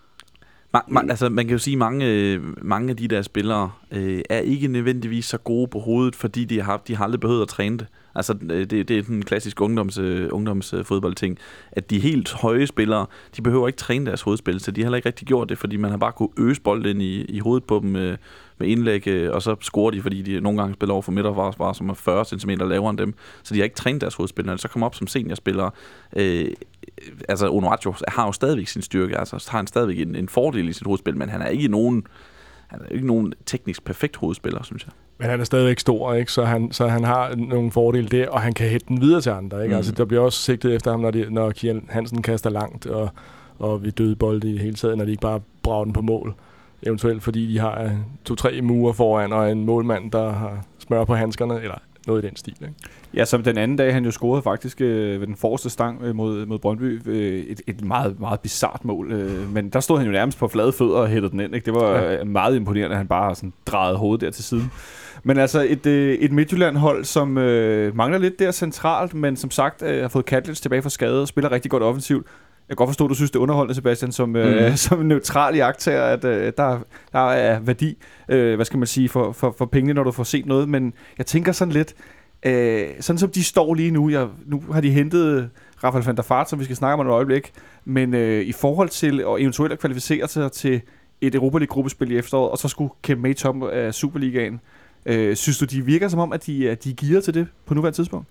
Ma- ma- altså, man kan jo sige, at mange, mange af de der spillere øh, er ikke nødvendigvis så gode på hovedet, fordi de har, de har aldrig behøvet at træne det. Altså, det, det er den klassiske ungdoms, øh, ungdomsfodboldting, at de helt høje spillere, de behøver ikke træne deres hovedspil, så de har heller ikke rigtig gjort det, fordi man har bare kunne øse bolden i, i hovedet på dem øh, med indlæg, øh, og så scorer de, fordi de nogle gange spiller over for midterforsvar, som er fyrre centimeter lavere end dem, så de har ikke trænet deres hovedspil. Når de så kommer op som seniorspillere, øh, altså Onuachu har jo stadigvæk sin styrke, altså har han stadigvæk en, en fordel i sit hovedspil, men han er ikke nogen, han er ikke nogen teknisk perfekt hovedspiller, synes jeg. Men han er stadigvæk stor, ikke? Så han, så han har nogle fordele der, og han kan hætte den videre til andre, ikke? Mm. Altså, der bliver også sigtet efter ham, når, de, når Kian Hansen kaster langt, og, og vi døde bolde i hele tiden, når de ikke bare brager den på mål. Eventuelt fordi de har to-tre murer foran, og en målmand, der har smør på handskerne, eller noget i den stil, ikke? Ja, som den anden dag, han jo scorede faktisk øh, ved den forreste stang øh, mod, mod Brøndby. Øh, et, et meget, meget bizart mål. Øh, men der stod han jo nærmest på flade fødder og hættede den ind. Ikke? Det var ja. øh, meget imponerende, at han bare sådan drejede hovedet der til siden. Men altså et, øh, et Midtjylland-hold, som øh, mangler lidt der centralt, men som sagt øh, har fået Katlitz tilbage fra skade og spiller rigtig godt offensivt. Jeg kan godt forstå, at du synes, det er underholdende, Sebastian, som, mm. øh, som neutral iagttager, at øh, der, der er værdi, øh, hvad skal man sige, for, for, for pengene, når du får set noget. Men jeg tænker sådan lidt, øh, sådan som de står lige nu, jeg, nu har de hentet Rafael van der Vaart, som vi skal snakke om et øjeblik, men øh, i forhold til at eventuelt at kvalificere sig til et Europa League-gruppespil i efteråret, og så skulle kæmpe med i toppen af Superligaen, øh, synes du, de virker som om, at de, at de er gearet til det på nuværende tidspunkt?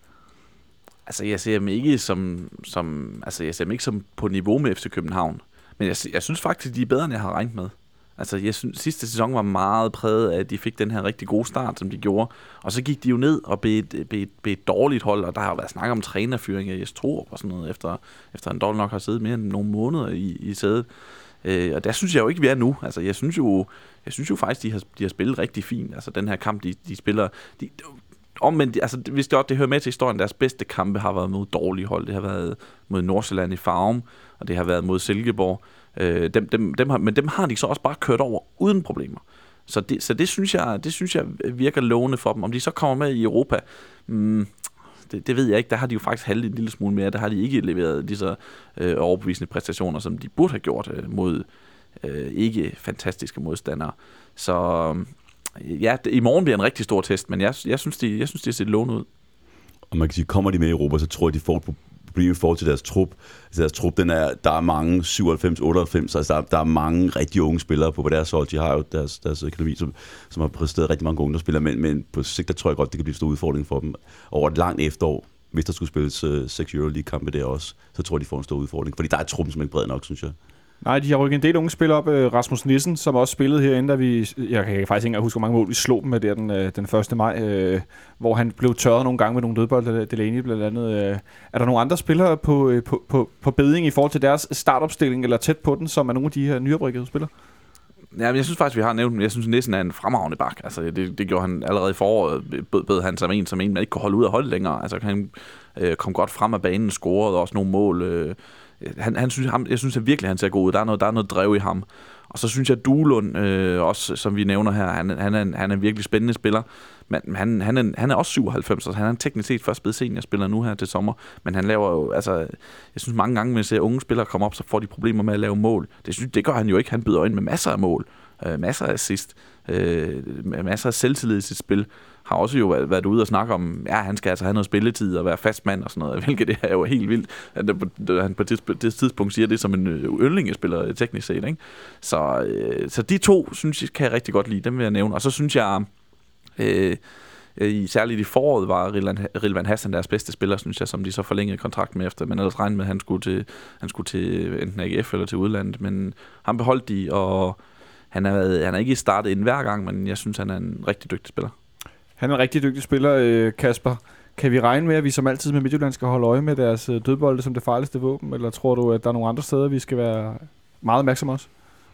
Altså, jeg ser dem ikke som, som, altså, jeg ser dem ikke som på niveau med F C København. Men jeg, jeg synes faktisk, de er bedre, end jeg har regnet med. Altså, jeg synes, sidste sæson var meget præget af, at de fik den her rigtig gode start, som de gjorde. Og så gik de jo ned og blev et, blev et, blev et dårligt hold, og der har jo været snak om trænerfyring af Jes Torup og sådan noget, efter, efter han dårligt nok har siddet mere end nogle måneder i, i sædet. Øh, og der synes jeg jo ikke, vi er nu. Altså, jeg synes jo, jeg synes jo faktisk, de har, de har spillet rigtig fint. Altså, den her kamp, de, de spiller... De, omvendt, altså hvis det, det hører med til historien, deres bedste kampe har været mod dårlige hold. Det har været mod Nordsjælland i Farum, og det har været mod Silkeborg. Øh, dem, dem, dem har, men dem har de så også bare kørt over uden problemer. Så det, så det synes jeg, det synes jeg virker lovende for dem. Om de så kommer med i Europa, mm, det, det ved jeg ikke. Der har de jo faktisk halvet en lille smule mere. Der har de ikke leveret lige så øh, overbevisende præstationer, som de burde have gjort øh, mod øh, ikke fantastiske modstandere. Så ja, i morgen bliver en rigtig stor test, men jeg, jeg synes, de, jeg synes, de ser lovende ud. Og man kan sige, kommer de med i Europa, så tror jeg, de får et problem i forhold til deres trup. Altså, deres trup, den er, der er mange syvoghalvfems otteoghalvfems, altså der, der er mange rigtig unge spillere på, på deres hold. De har jo deres, deres akademi, som, som har præsteret rigtig mange ungdomsspillere, men, men på sigt, der tror jeg godt, det kan blive en stor udfordring for dem. Over et langt efterår, hvis der skulle spilles uh, seks Euroleague-kampe der også, så tror jeg, de får en stor udfordring. Fordi der er truppen, som ikke bred nok, synes jeg. Nej, de har rykket en del unge spillere op. Rasmus Nissen, som også spillede herinde, da vi... Jeg kan faktisk ikke huske, hvor mange mål vi slog dem med der den, den første maj, øh, hvor han blev tørret nogle gange med nogle dødbold, Delaney blandt andet. Øh. Er der nogle andre spillere på, på, på, på beding i forhold til deres startopstilling, eller tæt på den, som er nogle af de her nyoprekkede spillere? Ja, men jeg synes faktisk, vi har nævnt dem. Jeg synes, Nissen er en fremragende bak. Altså, det, det gjorde han allerede i foråret. Bød han som en, som en, man ikke kunne holde ud af holde længere. Altså, han øh, kom godt frem af banen, scorede også nogle mål. Øh, Han, han synes, ham, jeg synes at virkelig, han ser god ud. Der er noget, der er noget drev i ham. Og så synes jeg, at Duelund, øh, også som vi nævner her, han, han, er, en, han er en virkelig spændende spiller. Men han, han, er, han er også syvoghalvfems, så han er teknisk set først blevet seniorspiller nu her til sommer. Men han laver jo, altså, jeg synes mange gange, når jeg ser unge spillere komme op, så får de problemer med at lave mål. Det, synes, det gør han jo ikke. Han byder ind med masser af mål, øh, masser af assist, øh, masser af selvtillid i sit spil. har også jo været, været ude og snakke om, ja, han skal altså have noget spilletid og være fastmand og sådan noget, hvilket det er jo helt vildt, at han på det tidspunkt siger det som en yndlingespiller teknisk set, ikke? Så, øh, så de to, synes jeg, kan jeg rigtig godt lide, dem vil jeg nævne. Og så synes jeg, øh, i, særligt i foråret var Rilvan Hassan deres bedste spiller, synes jeg, som de så forlængede kontrakt med efter, men ellers regnede med, at han skulle til, han skulle til enten A G F eller til udlandet, men han beholdt de, og han er, han er ikke startet ind hver gang, men jeg synes, han er en rigtig dygtig spiller. Han er en rigtig dygtig spiller, Kasper. Kan vi regne med, at vi som altid med Midtjylland skal holde øje med deres dødbolde som det farligste våben, eller tror du, at der er nogle andre steder, vi skal være meget opmærksomme også?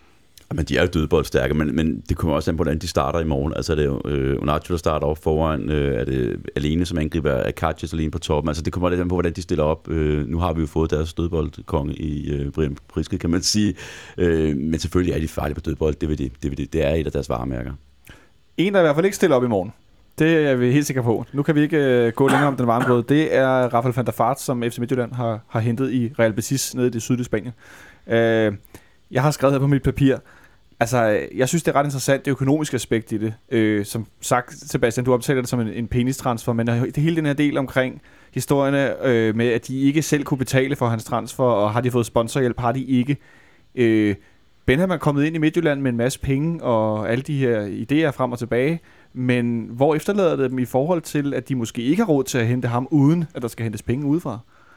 Men de er jo dødboldstærke, men, men det kommer også an på, hvordan de starter i morgen. Altså, det er jo øh, Onacho, der starter op foran. Øh, er det alene, som angriber er Katjes alene på toppen. Altså, det kommer lidt an på, hvordan de stiller op. Øh, nu har vi jo fået deres dødboldkonge i øh, Brian Priske, kan man sige. Øh, men selvfølgelig er de farlige på dødbold. Det, vil de, det, vil de, det er et af deres varemærker. En, der i hvert fald ikke stiller op i morgen. Det er vi helt sikre på. Nu kan vi ikke øh, gå længere om den varme grød. Det er Rafael van der Vaart, som F C Midtjylland har, har hentet i Real Betis nede i det sydlige Spanien. Øh, jeg har skrevet her på mit papir. Altså, jeg synes, det er ret interessant, det økonomiske aspekt i det. Øh, som sagt, Sebastian, du optaler det som en, en penistransfer, men det hele den her del omkring historierne øh, med, at de ikke selv kunne betale for hans transfer, og har de fået sponsorhjælp, har de ikke. Øh, Benham er kommet ind i Midtjylland med en masse penge, og alle de her idéer frem og tilbage, men hvor efterlader det dem i forhold til, at de måske ikke har råd til at hente ham, uden at der skal hentes penge udefra?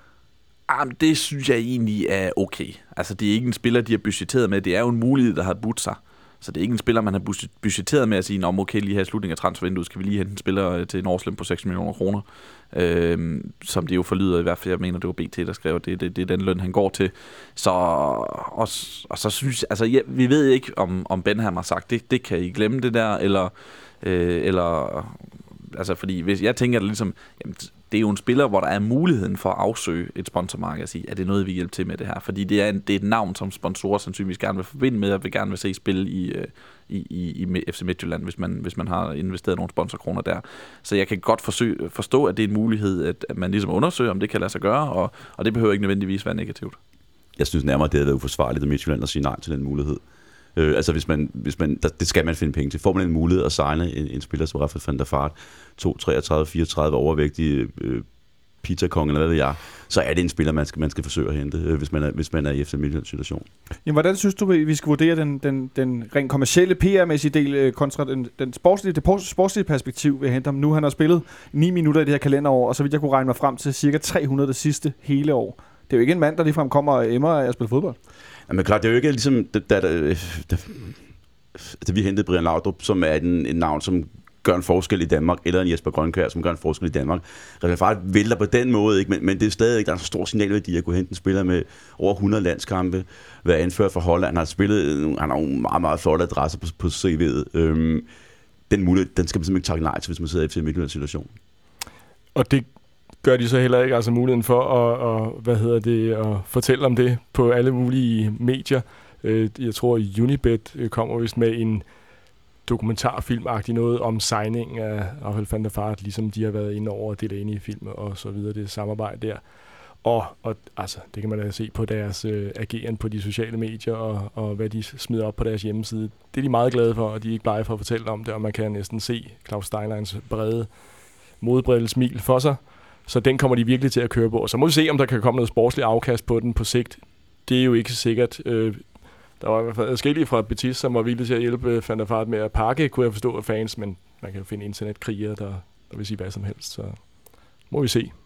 Jamen, det synes jeg egentlig er okay. Altså, det er ikke en spiller, de har budgetteret med. Det er jo en mulighed, der har budt sig. Så det er ikke en spiller, man har budgetteret med at sige, om okay, lige her i slutningen af transfervinduet, skal vi lige hente en spiller til en årsløn på seks millioner kroner. Øhm, som det jo forlyder i hvert fald, jeg mener, det var B T, der skrev, det, det, det er den løn, han går til. Så, og, og så synes jeg, altså, ja, vi ved ikke, om, om Benham har sagt, det, det kan I glemme det der, eller, øh, eller altså, fordi hvis jeg tænker, at ligesom, jamen, det er jo en spiller, hvor der er muligheden for at afsøge et sponsormarked og sige, at det er noget, vi hjælper til med det her. Fordi det er, en, det er et navn, som sponsorer sandsynligvis gerne vil forbinde med, og vil gerne vil se spil i, i, i, i F C Midtjylland, hvis man, hvis man har investeret nogle sponsorkroner der. Så jeg kan godt forsøge, forstå, at det er en mulighed, at, at man ligesom undersøger, om det kan lade sig gøre, og, og det behøver ikke nødvendigvis være negativt. Jeg synes nærmere, det havde været uforsvarligt af Midtjylland at sige nej til den mulighed. Øh, altså hvis man, hvis man, der, det skal man finde penge til. Får man en mulighed at signe en, en spiller som Rafael van der Vaart, to treogtredive fireogtredive overvægtige øh, pizza-kong, eller hvad ved jeg, så er det en spiller, man skal, man skal forsøge at hente, øh, hvis, man er, hvis man er i F C Midtjyllands situation. Jamen, hvordan synes du, vi skal vurdere den, den, den rent kommercielle P R-mæssige del øh, kontra den, den sportslige, det sportslige perspektiv ved at hente ham? Nu han har spillet ni minutter i det her kalenderår, og så vidt jeg kunne regne mig frem til cirka tre hundrede det sidste hele år. Det er jo ikke en mand, der ligefrem kommer og emmer af at spille fodbold. Jamen klart, det er jo ikke ligesom, da, da, da, da, da vi hentede Brian Laudrup, som er en, en navn, som gør en forskel i Danmark, eller en Jesper Grønkjær, som gør en forskel i Danmark. Rafael Vaart vælter på den måde, ikke? Men, men det er stadig, der er en stor signalværdi at kunne hente en spiller med over hundrede landskampe, være anført for Holland. Han har spillet, han har nogle meget, meget flotte adresser på, på C V'et. Øhm, den mulighed, den skal man simpelthen ikke takke nej til, hvis man sidder i F C Midtjyllands situation. Og det gør de så heller ikke, altså muligheden for at, og, hvad hedder det, at fortælle om det på alle mulige medier. Jeg tror, Unibet kommer vist med en dokumentarfilmagtig noget om signing af Rafael van der Vaart, ligesom de har været inde over Delaney-film og så videre, det samarbejde der. Og, og altså, det kan man da se på deres øh, ageren på de sociale medier, og, og hvad de smider op på deres hjemmeside. Det er de meget glade for, og de er ikke blege for at fortælle om det, og man kan næsten se Claus Steinleins brede modbrede smil for sig. Så den kommer de virkelig til at køre på. Og så må vi se, om der kan komme noget sportsligt afkast på den på sigt. Det er jo ikke sikkert. Øh, der var i hvert fald adskillige fra Betis, som var villige til at hjælpe Van der Vaart med at pakke, kunne jeg forstå af fans, men man kan jo finde internetkriger, der, der vil sige hvad som helst. Så må vi se.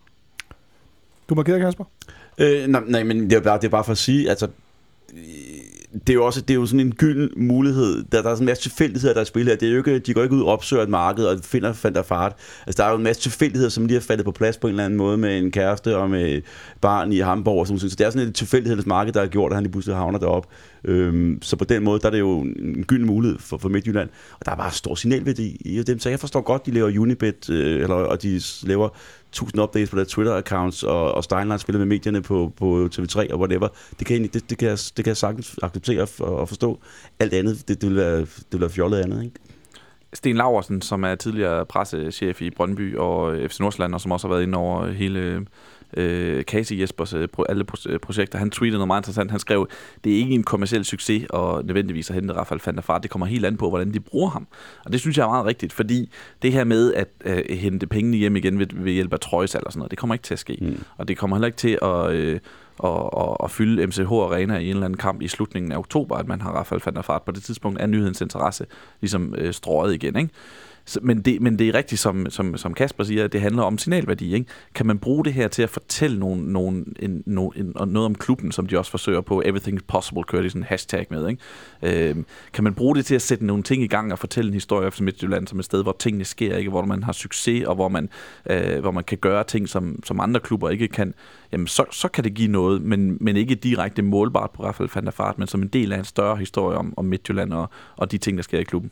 Du markerer, Kasper? Øh, nej, nej, men det er, bare, det er bare for at sige, altså, det er jo også det er jo sådan en gylden mulighed. Der, der er sådan en masse tilfældigheder, der er spil her. Det er jo ikke, de går ikke ud og opsøger et marked og finder Van der Vaart. Altså, der er jo en masse tilfældigheder, som lige har faldet på plads på en eller anden måde med en kæreste og med barn i Hamburg og sådan noget. Så det er sådan et tilfældighedsmarked, der har gjort, at han lige pludselig havner deroppe. Øhm, så på den måde, der er det jo en gylden mulighed for, for Midtjylland. Og der er bare stor signalværdi i dem. Så jeg forstår godt, de laver Unibet, øh, eller, og de laver tusind updates på deres Twitter-accounts, og, og Steinlein spiller med medierne på, på T V tre og whatever. Det kan, jeg, det, det kan, jeg, det kan jeg sagtens acceptere og, og forstå. Alt andet, det, det, vil være, det vil være fjollet andet, ikke? Sten Laursen, som er tidligere pressechef i Brøndby og F C Nordsjælland, og som også har været inde over hele øh, Casey Jespers øh, pro, alle pro, projekter. Han tweetede noget meget interessant. Han skrev, det er ikke en kommerciel succes og nødvendigvis at hente Rafael van der Vaart. Det kommer helt an på, hvordan de bruger ham. Og det synes jeg er meget rigtigt, fordi det her med at øh, hente pengene hjem igen ved, ved hjælp af trøjsalg og sådan noget, det kommer ikke til at ske. Mm. Og det kommer heller ikke til at... Øh, Og, og, og fylde M C H Arena i en eller anden kamp i slutningen af oktober, at man har Rafael van der Vaart. På det tidspunkt er nyhedens interesse ligesom øh, strøget igen, ikke? Så, men, det, men det er rigtigt, som, som, som Kasper siger, at det handler om signalværdi, ikke? Kan man bruge det her til at fortælle nogen, nogen, en, no, en, noget om klubben, som de også forsøger på, everything is possible, kører de sådan en hashtag med, ikke? Øh, kan man bruge det til at sætte nogle ting i gang og fortælle en historie af Midtjylland som et sted, hvor tingene sker, ikke? Hvor man har succes, og hvor man, øh, hvor man kan gøre ting, som, som andre klubber ikke kan, jamen så, så kan det give noget, men, men ikke direkte målbart på Rafael van der Vaart, men som en del af en større historie om, om Midtjylland og, og de ting, der sker i klubben.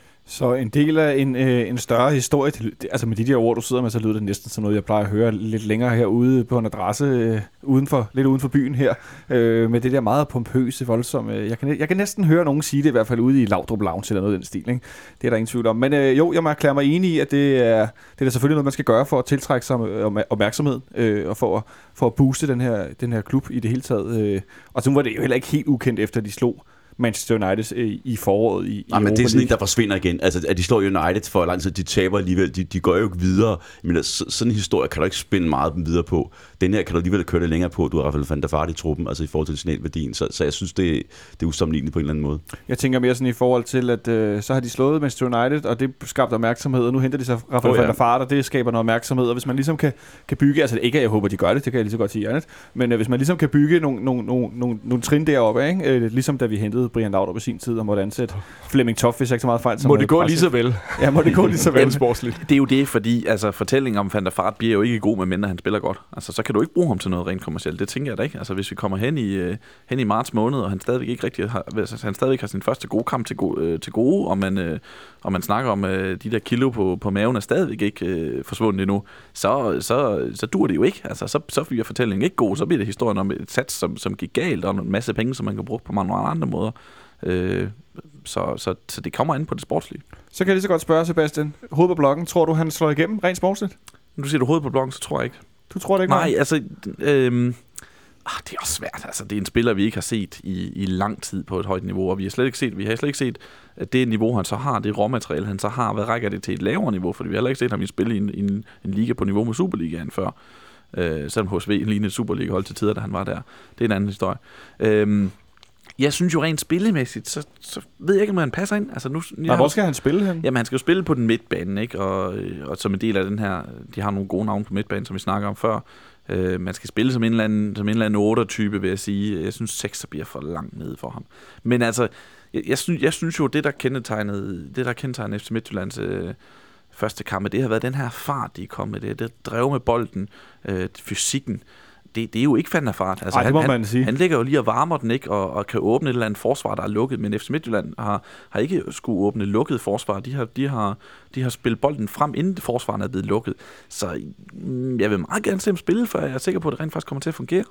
Så en del af en, øh, en større historie, altså med de der ord, du sidder med, så lyder det næsten som noget, jeg plejer at høre lidt længere herude på en adresse, øh, uden for, lidt uden for byen her, øh, med det der meget pompøse, voldsomme. Jeg kan, jeg kan næsten høre nogen sige det, i hvert fald ude i Laudrup Lounge eller noget i den stil, ikke? Det er der ingen tvivl om. Men øh, jo, jeg må erklære mig enig i, at det er, det er da selvfølgelig noget, man skal gøre for at tiltrække sig opmærksomhed, øh, og for, for at booste den her, den her klub i det hele taget. Øh. Og så var det jo heller ikke helt ukendt, efter de slog Manchester United øh, i foråret i, Nej, i men det er sådan en, der forsvinder igen. Altså, at de slår United for lang tid, de taber alligevel, de, de går jo ikke videre. Men altså, sådan en historie kan du ikke spænde meget videre på. Den her kan du alligevel køre det længere på. Du har Rafael van der Vaart i truppen, altså i forhold til signalværdien. Så, så jeg synes, det, det er usammenligneligt på en eller anden måde. Jeg tænker mere sådan i forhold til, at øh, så har de slået Manchester United, og det skabte opmærksomhed, og nu henter de så Rafael oh, ja. van der Vaart, og det skaber noget opmærksomhed. Og hvis man ligesom kan, kan bygge, altså ikke at jeg håber, de gør det, det kan jeg lige så godt sige, Janet, men øh, hvis man ligesom kan bygge nogle, nogle, nogle, nogle, nogle trin deroppe, ikke? Øh, ligesom da vi hentede Brian Laudrup i sin tid, og måtte ansætte Flemming Toft, hvis jeg ikke så meget fejl. Må det gå lige så vel? Ja, må det gå lige så vel. Sportsligt. Det er jo det, fordi altså, fortællingen om Van der Vaart bliver jo ikke god, medmindre han spiller godt. Altså, så kan du ikke bruge ham til noget rent kommercielt. Det tænker jeg da ikke. Altså, hvis vi kommer hen i, uh, hen i marts måned, og han stadigvæk ikke rigtig har, altså, han stadigvæk har sin første gode kamp til, go- uh, til gode, og man, uh, og man snakker om, uh, de der kilo på, på maven er stadigvæk ikke uh, forsvundet endnu, så, så, så dur det jo ikke. Altså, så, så bliver fortællingen ikke god. Så bliver det historien om et sats, som, som gik galt, og en masse penge, som man kan bruge på mange andre måder. Uh, Så, så, så det kommer ind på det sportslige. Så kan jeg lige så godt spørge, Sebastian. Hovedet på blokken, tror du, han slår igennem rent sportsligt? Nu siger du hovedet på blokken, så tror jeg ikke. Du tror det ikke? Nej, altså... Øhm, ah, det er også svært. Altså, det er en spiller, vi ikke har set i, i lang tid på et højt niveau, og vi har slet ikke set, vi har slet ikke set, at det niveau, han så har, det råmateriale, han så har, hvad rækker det til et lavere niveau? For vi har heller ikke set ham i spille i en, en, en liga på niveau med Superligaen før. Øh, selvom H S V lignede et Superliga-hold til tider, da han var der. Det er en anden historie. Øhm, Jeg synes jo rent spillemæssigt, så, så ved jeg ikke, om han passer ind. Altså nu, Nej, hvor skal han spille hen? Jamen, han skal jo spille på den midtbane, ikke? Og, og som en del af den her, de har nogle gode navne på midtbanen, som vi snakker om før. Uh, man skal spille som en eller anden, som en eller anden otter-type, vil jeg sige. Jeg synes, sekser bliver for langt nede for ham. Men altså, jeg, jeg, synes, jeg synes jo, det der kendetegnede, det der kendetegnede F C Midtjyllands øh, første kampe, det har været den her fart, de er kommet med det. Det drev med bolden, øh, fysikken. Det, det er jo ikke Van der Vaart. Altså, Ej, det må han, man sige. Han ligger jo lige og varmer den, ikke, og, og kan åbne et eller andet forsvar, der er lukket, men F C Midtjylland har, har ikke skulle åbne lukket forsvar. De har, de, har, de har spillet bolden frem, inden forsvaren er blevet lukket. Så mm, jeg vil meget gerne se dem spille, for jeg er sikker på, at det rent faktisk kommer til at fungere.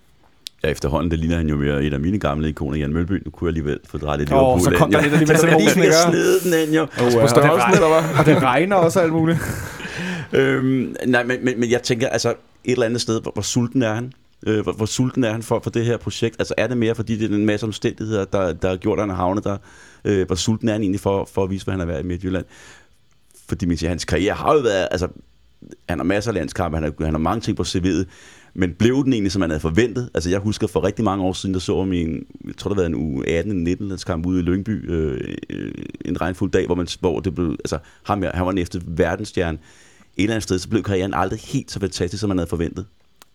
Ja, efterhånden, det ligner han jo mere et af mine gamle ikoner, Jan Mølby. Nu kunne jeg alligevel få drejet lidt Åh, så kom der lidt alligevel. Så lige fik slede den ind, jo. Oh, ja. På størrelsen, eller hvad? Og det regner også alt muligt. øhm, nej, men, men, men jeg tænker, altså et eller andet sted, hvor, hvor sulten er han? Øh, hvor, hvor sulten er han for, for det her projekt? Altså er det mere, fordi det er en masse omstændigheder, der, der har gjort, at han har havnet der? Øh, hvor sulten er han egentlig for, for at vise, hvad han har været i Midtjylland? Fordi man siger, hans karriere har jo været, altså han har masser af landskampe, han har, han har mange ting på C V'et, men blev den egentlig, som han havde forventet? Altså jeg husker for rigtig mange år siden, der så ham i en, jeg tror det var en uge atten nitten landskamp ude i Lyngby, øh, en regnfuld dag, hvor, man, hvor det blev, altså ham her, han var den efter verdensstjerne. Et eller andet sted, så blev karrieren aldrig helt så fantastisk, som man havde forventet.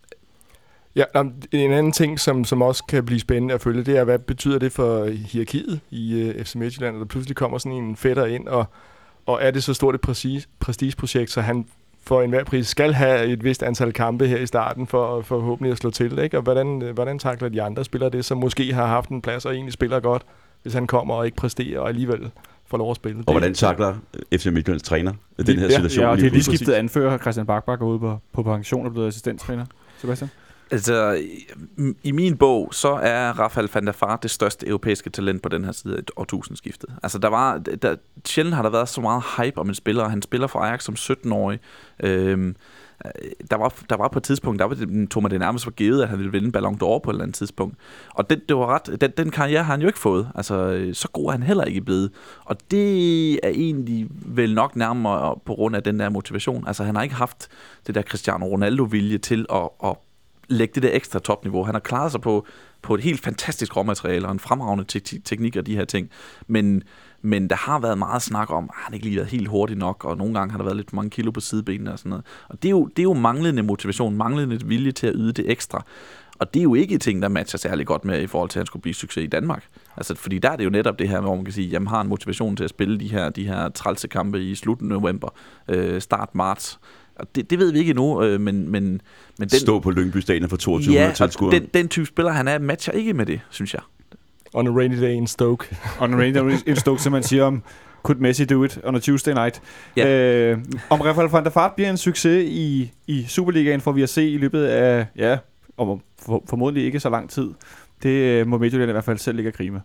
Ja, en anden ting, som, som også kan blive spændende at følge, det er, hvad betyder det for hierarkiet i uh, F C Midtjylland, at der pludselig kommer sådan en fætter ind, og, og er det så stort et præcis, prestigeprojekt, så han for enhver pris skal have et vist antal kampe her i starten, for forhåbentlig at slå til, ikke? Og hvordan, hvordan takler de andre spillere det, som måske har haft en plads og egentlig spiller godt, hvis han kommer og ikke præsterer og alligevel får lov at spille. Og hvordan takler F C Midtjyllands træner den her situation? Ja, ja, og det er lige skiftet anfører, Christian Bachbach går ud på, på pension og blevet assistenttræner. Sebastian? Altså, i, i min bog, så er Rafael van der Vaart det største europæiske talent på den her side af årtusindskiftet. Altså, der var, der, sjældent har der været så meget hype om en spiller, og han spiller for Ajax som sytten-årig. Øhm, der, var, der var på et tidspunkt, der var det, tog man det nærmest for givet, at han ville vinde Ballon d'Or på et eller andet tidspunkt. Og det, det var ret, den, den karriere har han jo ikke fået. Altså, så god er han heller ikke blevet. Og det er egentlig vel nok nærmere på grund af den der motivation. Altså, han har ikke haft det der Cristiano Ronaldo-vilje til at, at lægge det der ekstra topniveau. Han har klaret sig på, på et helt fantastisk råmateriale og en fremragende te- teknik og de her ting. Men, men der har været meget snak om, at han ikke lige været helt hurtig nok, og nogle gange har der været lidt for mange kilo på sidebenene og sådan noget. Og det er jo, det er jo manglende motivation, manglende vilje til at yde det ekstra. Og det er jo ikke et ting, der matcher særlig godt med i forhold til, at han skulle blive succes i Danmark. Altså, fordi der er det jo netop det her, hvor man kan sige, jamen har en motivation til at spille de her, de her trælse kampe i slutningen af november, øh, start marts. Og det, det ved vi ikke endnu, øh, men, men, men den... Stå på Lyngby Stadion for toogtyve hundrede tilskuere. Den, den type spiller, han er, matcher ikke med det, synes jeg. On a rainy day in Stoke. On a rainy day in Stoke, som man siger om, could Messi do it on a Tuesday night? Ja. Øh, om Rafael van der Vaart bliver en succes i, i Superligaen, får vi at se i løbet af, ja, om for, formodentlig ikke så lang tid. Det må Midtjylland i hvert fald selv ligge og grime.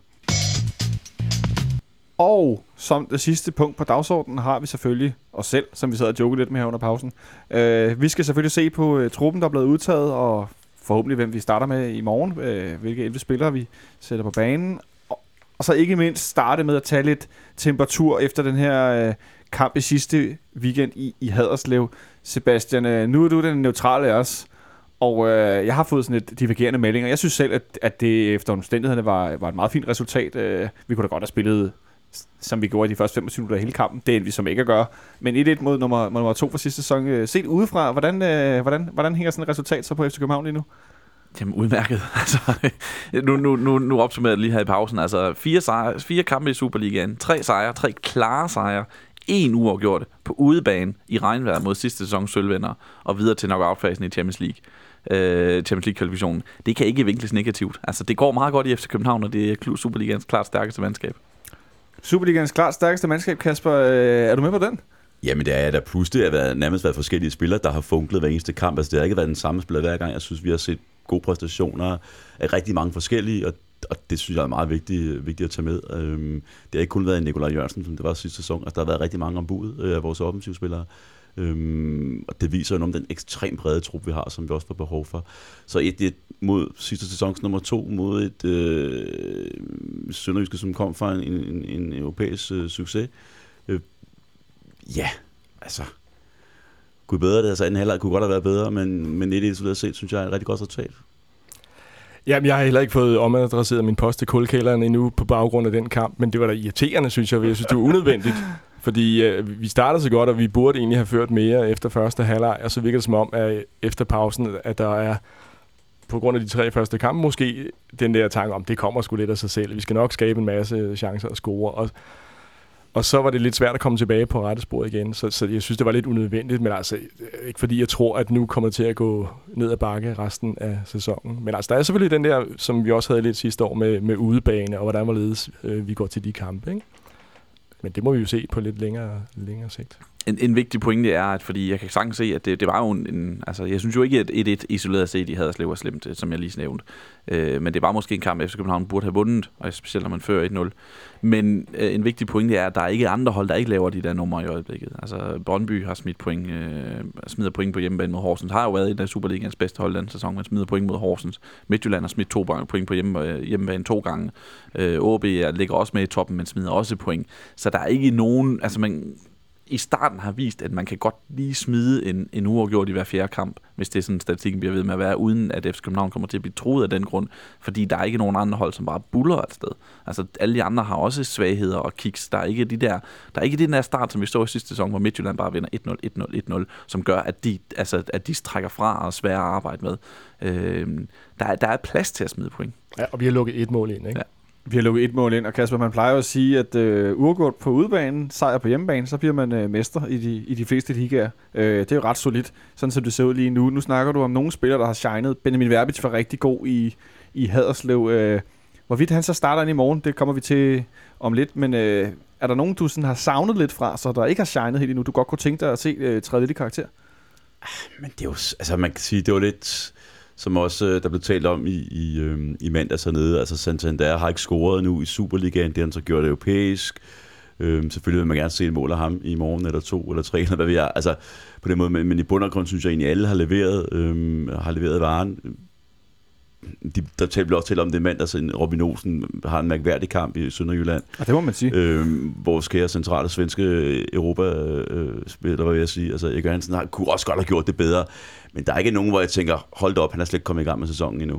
Og som det sidste punkt på dagsordenen har vi selvfølgelig os selv, som vi sad og jokede lidt med her under pausen. Uh, vi skal selvfølgelig se på uh, truppen, der er blevet udtaget, og forhåbentlig hvem vi starter med i morgen, uh, hvilke elleve spillere vi sætter på banen. Og, og så ikke mindst starte med at tage lidt temperatur efter den her uh, kamp i sidste weekend i, i Haderslev. Sebastian, uh, nu er du den neutrale af os, og uh, jeg har fået sådan et divergerende meldinger. Jeg synes selv, at, at det efter omstændighederne var, var et meget fint resultat. Uh, vi kunne da godt have spillet, som vi gjorde i de første femogtyve minutter af hele kampen. Det endte vi som ikke at gøre. Men et et mod nummer, nummer to for sidste sæson. Set udefra, hvordan, øh, hvordan, hvordan hænger sådan et resultat så på F C København lige nu? Jamen udmærket. Altså, nu, nu, nu, nu opsummerer jeg lige her i pausen. Altså fire, sejre, fire kampe i Superligaen. Tre sejre, tre klare sejre. En uafgjort på udebane i regnvejr mod sidste sæsons sølvvinder. Og videre til knockout-fasen i Champions League. Uh, Champions League-kvalifikationen. Det kan ikke vinkles negativt. Altså det går meget godt i F C København, og det er Superligaens klart stærkeste mandskab. Superligaens klart stærkeste mandskab, Kasper. Er du med på den? Jamen det er der. Plus det har været, nærmest været forskellige spillere, der har funklet hver eneste kamp. Altså det har ikke været den samme spiller hver gang. Jeg synes, vi har set gode præstationer af rigtig mange forskellige, og, og det synes jeg er meget vigtigt, vigtigt at tage med. Øhm, det har ikke kun været Nikolaj Jørgensen, som det var sidste sæson. Altså der har været rigtig mange ombud af vores offensivspillere. Øhm, og det viser jo om den ekstremt brede trup, vi har, som vi også får behov for. Så et, et mod sidste sæsons nummer to, mod et øh, Sønderjyske, som kom fra en, en, en europæisk øh, succes. Øh, ja, altså kunne bedre det, altså anden halvleg kunne godt have været bedre, men, men et isoleret set, synes jeg er et rigtig godt resultat. Jamen, jeg har heller ikke fået omadresseret min post til kulkælderen endnu på baggrund af den kamp, men det var da irriterende, synes jeg. Jeg synes, det var unødvendigt. Fordi øh, vi startede så godt, og vi burde egentlig have ført mere efter første halvleg, og så virker det som om, at efter pausen, at der er, på grund af de tre første kampe, måske den der tanke om, det kommer sgu lidt af sig selv. Vi skal nok skabe en masse chancer og score. Og, og så var det lidt svært at komme tilbage på rette spor igen, så, så jeg synes, det var lidt unødvendigt, men altså ikke fordi jeg tror, at nu kommer til at gå ned ad bakke resten af sæsonen. Men altså, der er selvfølgelig den der, som vi også havde lidt sidste år med, med udebane, og hvordan hvorledes øh, vi går til de kampe, ikke? Men det må vi jo se på lidt længere, længere sigt. En, en vigtig pointe er, at fordi jeg kan sagtens se, at det, det var jo en, en... Altså, jeg synes jo ikke, at et et isoleret set i Haderslev var slemt, som jeg lige nævnte. Øh, men det var måske en kamp, F C København burde have vundet, og specielt når man fører et nul. Men øh, en vigtig pointe er, at der er ikke andre hold, der ikke laver de der numre i øjeblikket. Altså, Brøndby har smidt point, øh, smider point på hjemmebane mod Horsens. Har jo været en af Superligaens bedste hold den sæson, man smider point mod Horsens. Midtjylland har smidt to point på hjemme, hjemmebane to gange. Øh, O B ligger også med i toppen, men smider også point. Så der er ikke nogen... Altså, man... i starten har vist, at man kan godt lige smide en, en uafgjort i hver fjerde kamp, hvis det er sådan, statistikken bliver ved med at være, uden at F C København kommer til at blive truet af den grund, fordi der er ikke nogen andre hold, som bare buller et sted. Altså, alle de andre har også svagheder og kicks. Der er ikke de der, der er ikke den der start, som vi så i sidste sæson, hvor Midtjylland bare vinder et nul, et nul, et nul, som gør, at de, altså, at de trækker fra og er svære at arbejde med. Øh, der, er, der er plads til at smide point. Ja, og vi har lukket et mål ind, ikke? Ja. Vi har lukket et mål ind, og Kasper, man plejer jo at sige, at øh, uafgjort på udebanen, sejr på hjemmebane, så bliver man øh, mester i de, i de fleste ligaer. Øh, det er jo ret solidt, sådan som det ser ud lige nu. Nu snakker du om nogle spillere, der har shined. Benjamin Verbic var rigtig god i, i Haderslev. Øh, hvorvidt han så starter ind i morgen, det kommer vi til om lidt, men øh, er der nogen, du sådan har savnet lidt fra, så der ikke har shined helt endnu, du godt kunne tænke dig at se øh, træde lidt i karakter? Men det er jo, altså man kan sige, det var lidt som også øh, der blev talt om i, i, øh, i mandags hernede. Altså Santander har ikke scoret nu i Superligaen, det har han så gjort europæisk. Øh, selvfølgelig vil man gerne se et mål af ham i morgen, eller to, eller tre, eller hvad vi er. Altså på den måde, men, men i bund og grund synes jeg egentlig, alle har leveret, øh, har leveret varen. De, der talte vi også til om det mandags, at Robin Olsen har en mærkværdig kamp i Sønderjylland. Og det må man sige. Øh, vores kære centrale svenske Europa-spiller, øh, hvad vil jeg sige. Altså, Erik Hansen har, kunne også godt have gjort det bedre. Men der er ikke nogen, hvor jeg tænker, hold da op, han er slet ikke kommet i gang med sæsonen endnu.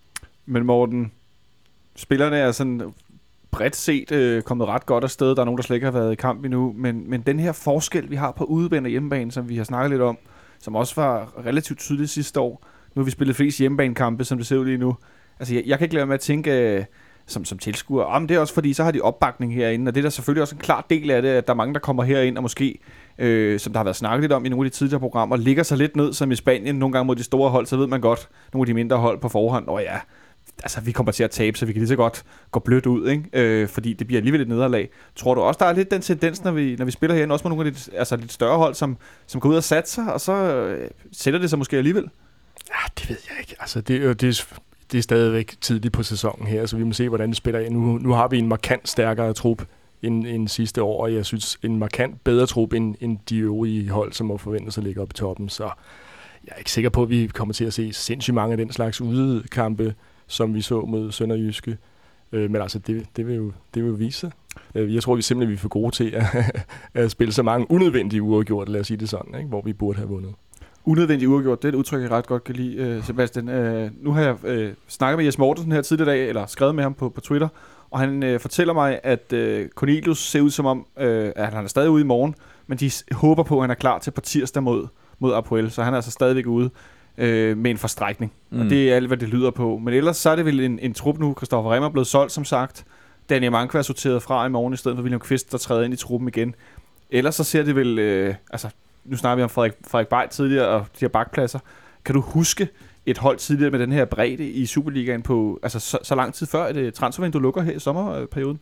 Men Morten, spillerne er sådan bredt set øh, kommet ret godt afsted. Der er nogen, der slet ikke har været i kamp endnu. Men, men den her forskel, vi har på udebane og hjemmebane, som vi har snakket lidt om, som også var relativt tydeligt sidste år. Nu har vi spillet flest hjemmebanekampe, som det ser ud lige nu. Altså, jeg, jeg kan ikke lade være med at tænke øh, som, som tilskuer, om det er også fordi, så har de opbakning herinde, og det er der selvfølgelig også en klar del af det, at der er mange, der kommer herind og måske, øh, som der har været snakket lidt om i nogle af de tidligere programmer, ligger sig lidt ned, som i Spanien, nogle gange mod de store hold, så ved man godt, nogle af de mindre hold på forhånd, og ja, altså, vi kommer til at tabe, så vi kan lige så godt gå blødt ud, ikke? Øh, fordi det bliver alligevel et nederlag. Tror du også, der er lidt den tendens, når vi, når vi spiller herinde, også med nogle af de altså, lidt større hold, som, som går ud og satser, og så øh, sætter det sig måske alligevel? Ja, det ved jeg ikke. Altså, det, det, er, det er stadigvæk tidligt på sæsonen her, så vi må se, hvordan det spiller. Nu, nu har vi en markant stærkere trup end, end sidste år, og jeg synes, en markant bedre trup end, end de øvrige hold, som må forventes at ligge oppe i toppen. Så jeg er ikke sikker på, at vi kommer til at se sindssygt mange af den slags udekampe, som vi så mod Sønderjyske. Øh, men altså, det, det, vil jo, det vil jo vise. Jeg tror, vi simpelthen vi er for gode til at, at spille så mange unødvendige uafgjorte, lad os sige det sådan, ikke? Hvor vi burde have vundet. Unødvendigt uafgjort, det er et udtryk, jeg ret godt kan lide, Sebastian. Øh, nu har jeg øh, snakket med Jes Mortensen her tidligere dag, eller skrevet med ham på, på Twitter, og han øh, fortæller mig, at øh, Cornelius ser ud som om, øh, at han er stadig ude i morgen, men de håber på, at han er klar til på tirsdag mod, mod Apoel, så han er altså stadigvæk ude øh, med en forstrækning. Mm. Og det er alt, hvad det lyder på. Men ellers så er det vel en, en trup nu. Christoffer Remmer er blevet solgt, som sagt. Daniel Mankvær er sorteret fra i morgen, i stedet for William Kvist, der træder ind i truppen igen. Ellers så ser det vel... Øh, altså, nu snakker vi om Frederik, Frederik Bay tidligere, og de her bakpladser. Kan du huske et hold tidligere med den her bredde i Superligaen på altså så, så lang tid før, at det transfervindue lukker her i sommerperioden?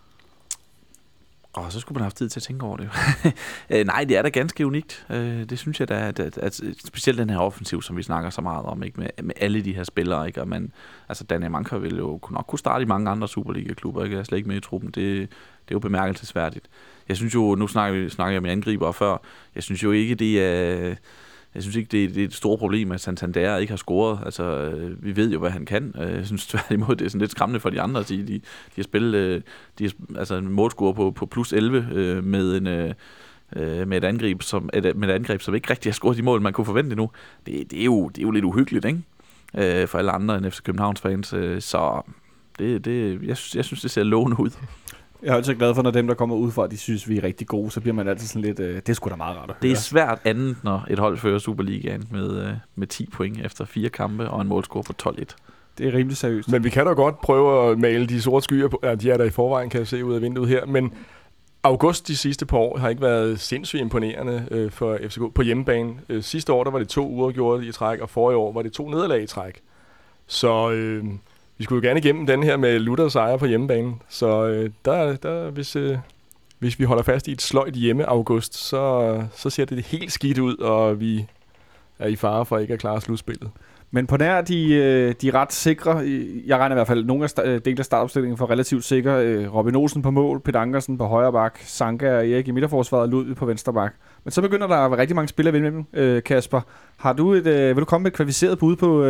Og så skulle man have haft tid til at tænke over det. øh, nej, det er da ganske unikt. Øh, det synes jeg da, at, at, at specielt den her offensiv, som vi snakker så meget om, ikke med, med alle de her spillere, ikke, og man, altså Daniel Mankvær ville jo nok kunne starte i mange andre Superliga-klubber, ikke? Jeg er slet ikke med i truppen. Det, det er jo bemærkelsesværdigt. Jeg synes jo, nu snakker vi snakker jeg med angribere før. Jeg synes jo ikke, det er Jeg synes ikke, det er, det er et stort problem, at Santander ikke har scoret. Altså, vi ved jo, hvad han kan. Jeg synes tværtimod, det er sådan lidt skræmmende for de andre at sige, de, de har spillet de har, altså en målscore på, på plus elleve øh, med en øh, med et angreb, som et, med et angreb, som ikke rigtig har scoret de mål, man kunne forvente nu. Det, det, er, jo, det er jo lidt uhyggeligt, ikke? Øh, for alle andre end F C Københavns fans. Øh, så det, det, jeg, synes, jeg synes, det ser lovende ud. Jeg er altid glad for, når dem, der kommer ud fra, de synes, vi er rigtig gode, så bliver man altid sådan lidt, øh, det er sgu da meget rart at høre. Det er svært andet, når et hold fører Superligaen med, øh, med ti point efter fire kampe og en målscore på tolv et. Det er rimelig seriøst. Men vi kan da godt prøve at male de sorte skyer på. Ja, de er der i forvejen, kan jeg se ud af vinduet her. Men august de sidste par år har ikke været sindssygt imponerende øh, for F C K på hjemmebane. Øh, sidste år der var det to uafgjorte i træk, og forrige år var det to nederlag i træk. Så... Øh, Vi skulle jo gerne igennem den her med Luthers sejr på hjemmebane, så øh, der, der, hvis, øh, hvis vi holder fast i et sløjt hjemme august, så, så ser det helt skidt ud, og vi er i fare for ikke at klare slutspillet. Men på nær, de, de er ret sikre. Jeg regner i hvert fald nogle af sta- dele af startopstillingen for relativt sikre. Robin Olsen på mål, Peter Ankersen på højre bak, Sanka og Erik i midterforsvaret og Ludvig på venstre bak. Men så begynder der at være rigtig mange spillere ved med dem, Kasper. Har du et, vil du komme med et kvalificeret bud på...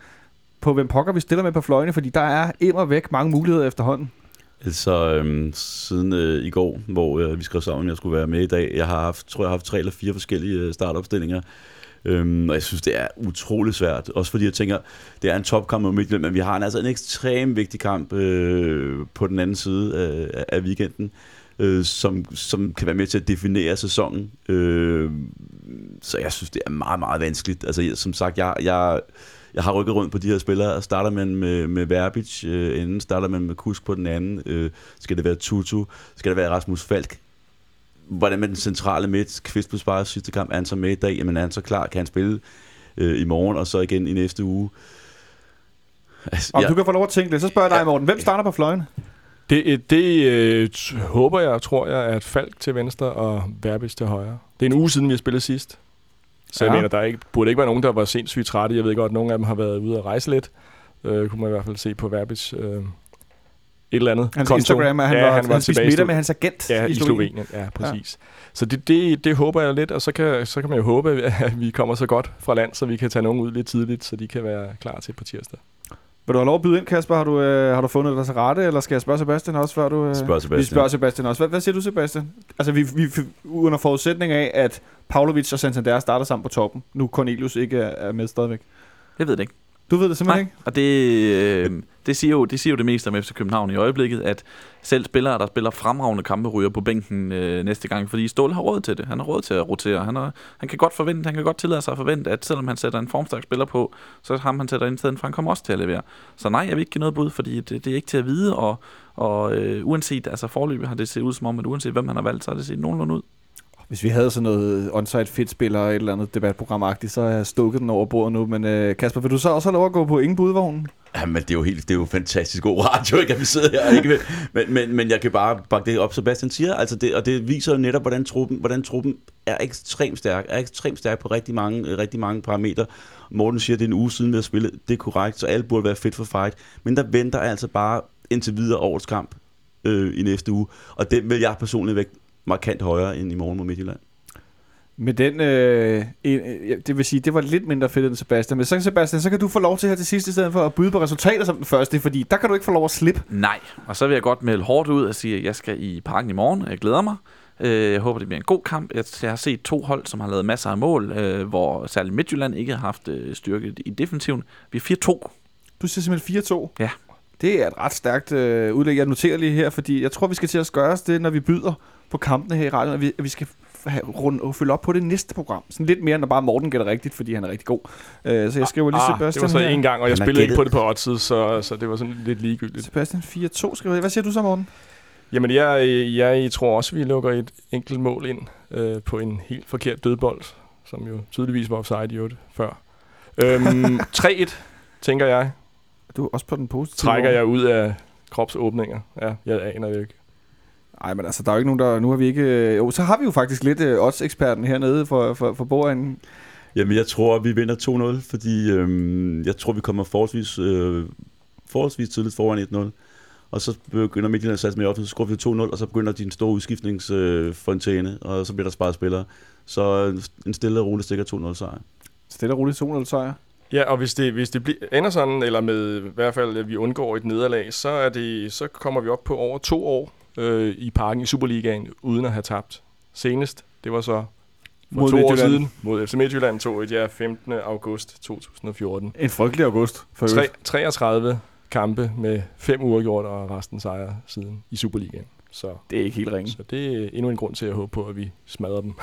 på hvem pokker vi stiller med på fløjene, fordi der er immer væk mange muligheder efterhånden. Altså øhm, siden øh, i går, hvor øh, vi skrev sammen, at jeg skulle være med i dag, jeg har haft, tror jeg har haft tre eller fire forskellige øh, startopstillinger, øhm, og jeg synes, det er utrolig svært, også fordi jeg tænker, det er en topkamp mod Midtjylland, men vi har en, altså en ekstremt vigtig kamp øh, på den anden side af, af weekenden, øh, som, som kan være med til at definere sæsonen, øh, så jeg synes, det er meget, meget vanskeligt. Altså som sagt, jeg... jeg Jeg har rykket rundt på de her spillere, og starter man med, med Verbic øh, inden, starter man med Kusk på den anden, øh, skal det være Tutu, skal det være Rasmus Falk. Hvordan med den centrale midt, Kvist på sparet sidste kamp, er han så med i dag, jamen er han så klar, kan han spille øh, i morgen, og så igen i næste uge. Altså, Om ja. du kan få lov at tænke lidt, så spørger jeg dig, Morten, hvem starter på fløjen? Det, det øh, håber jeg, tror jeg, at Falk til venstre og Verbic til højre. Det er en uge siden, vi har spillet sidst. Så ja. jeg mener, der ikke, burde ikke være nogen, der var sindssygt trætte. Jeg ved godt, at nogle af dem har været ude at rejse lidt. Øh, kunne man i hvert fald se på Verbic. Øh, et eller andet. Hans konto. Instagram, han, ja, var, han var han spiste tilbage middag med hans agent ja, i Slovenien. Slovenien. Ja, præcis. Ja. Så det, det, det håber jeg lidt, og så kan, så kan man jo håbe, at vi kommer så godt fra land, så vi kan tage nogen ud lidt tidligt, så de kan være klar til på tirsdag. Vil du have lov at byde ind, Kasper? Har du, øh, har du fundet dig til rette, eller skal jeg spørge Sebastian også, før du... Øh, spørger Sebastian. Vi spørger Sebastian også. Hvad, hvad siger du, Sebastian? Altså, vi, vi under forudsætning af, at Pavlovic og Santander starter sammen på toppen. Nu Cornelius ikke er, er med stadigvæk. Jeg ved det ikke. Du ved det simpelthen Nej, ikke? og det, øh, det, siger jo, det siger jo det meste om F C København i øjeblikket, at selv spillere, der spiller fremragende kampe, ryger på bænken øh, næste gang, fordi Ståle har råd til det. Han har råd til at rotere. Han, har, han kan godt forvente, han kan godt tillade sig at forvente, at selvom han sætter en formstærk spiller på, så er ham, han sætter ind i stedet for, han kommer også til at levere. Så nej, jeg vil ikke give noget bud, fordi det, det er ikke til at vide, og, og øh, uanset, altså forløbet har det set ud som om, at uanset hvem han har valgt, så har det set nogenlunde ud. Hvis vi havde sådan noget on-site fit-spiller og et eller andet debatprogram-agtigt, så har jeg stukket den over bordet nu. Men øh, Kasper, vil du så også have lov at gå på ingen budvognen? Ja, men det er jo helt, det er jo fantastisk god radio, ikke, at vi sidder her. Ikke? Men, men, men jeg kan bare bakke det op, Sebastian siger, altså det, og det viser jo netop, hvordan truppen, hvordan truppen er ekstremt stærk, er ekstremt stærk på rigtig mange, rigtig mange parametre. Morten siger, at det er en uge siden, vi har spillet, det er korrekt, så alle burde være fit for fight. Men der venter altså bare indtil videre årets kamp øh, i næste uge, og den vil jeg personligt væk markant højere end i morgen mod Midtjylland. Med den, øh, en, det vil sige, det var lidt mindre fedt end Sebastian. Men så, Sebastian, så kan du få lov til her til sidst, i stedet for at byde på resultater som den første, fordi der kan du ikke få lov at slippe. Nej, og så vil jeg godt melde hårdt ud og sige, at jeg skal i parken i morgen. Jeg glæder mig. Jeg håber, det bliver en god kamp. Jeg har set to hold, som har lavet masser af mål, hvor særligt Midtjylland ikke har haft styrke i defensiven. Vi er fire to. Du siger simpelthen fire to? Ja. Det er et ret stærkt øh, udlæg. Jeg noterer lige her, fordi jeg tror, vi skal til at gøre os det, når vi byder på kampene her i radioen, at vi, at vi skal have, runde, og følge op på det næste program. Sådan lidt mere, når bare Morten gætter rigtigt, fordi han er rigtig god. Øh, så jeg skriver lige ah, Sebastian. Det var så en gang, og jeg han spillede ikke på det på oddset, så, så det var sådan lidt ligegyldigt. Sebastian fire to skriver jeg. Hvad siger du så, Morten? Jamen, jeg, jeg tror også, vi lukker et enkelt mål ind øh, på en helt forkert dødbold, som jo tydeligvis var offside i otte før. Øhm, tre et, tænker jeg. Du er også på den positive. Trækker jeg ud af kropsåbninger. Ja, jeg aner det ikke. Nej, men altså, der er jo ikke nogen, der... Nu har vi ikke... Jo, så har vi jo faktisk lidt øh, odds-eksperten hernede for, for, for bordenden. Jamen, jeg tror, vi vinder to nul, fordi øhm, jeg tror, vi kommer forholdsvis, øh, forholdsvis tidligt foran et nul. Og så begynder Midtjylland at satse mere op, så skruer vi to nul, og så begynder din store udskiftningsfontæne, øh, og så bliver der sparet spillere. Så en stille og rolig stikker to nul sejr. Stille og roligt to nul sejr. Ja, og hvis det, hvis det bliver, ender sådan, eller med i hvert fald, at vi undgår et nederlag, så, er det, så kommer vi op på over to år øh, i parken i Superligaen, uden at have tabt. Senest, det var så for mod to år Midtjylland. siden, mod F C Midtjylland to et, ja, femtende august to tusind og fjorten. En frygtelig august. For Tre, treogtredive kampe med fem uafgjort og resten sejre siden i Superligaen. Så det er ikke helt ringe. Så det er endnu en grund til at håbe på, at vi smadrer dem.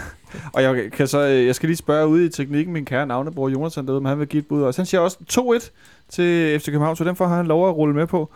Og jeg, kan så, jeg skal lige spørge ude i teknikken, min kære navnebror Jonathan derude, om han vil give et bud. Og han siger også to et til F C København, så den får han lov at rulle med på.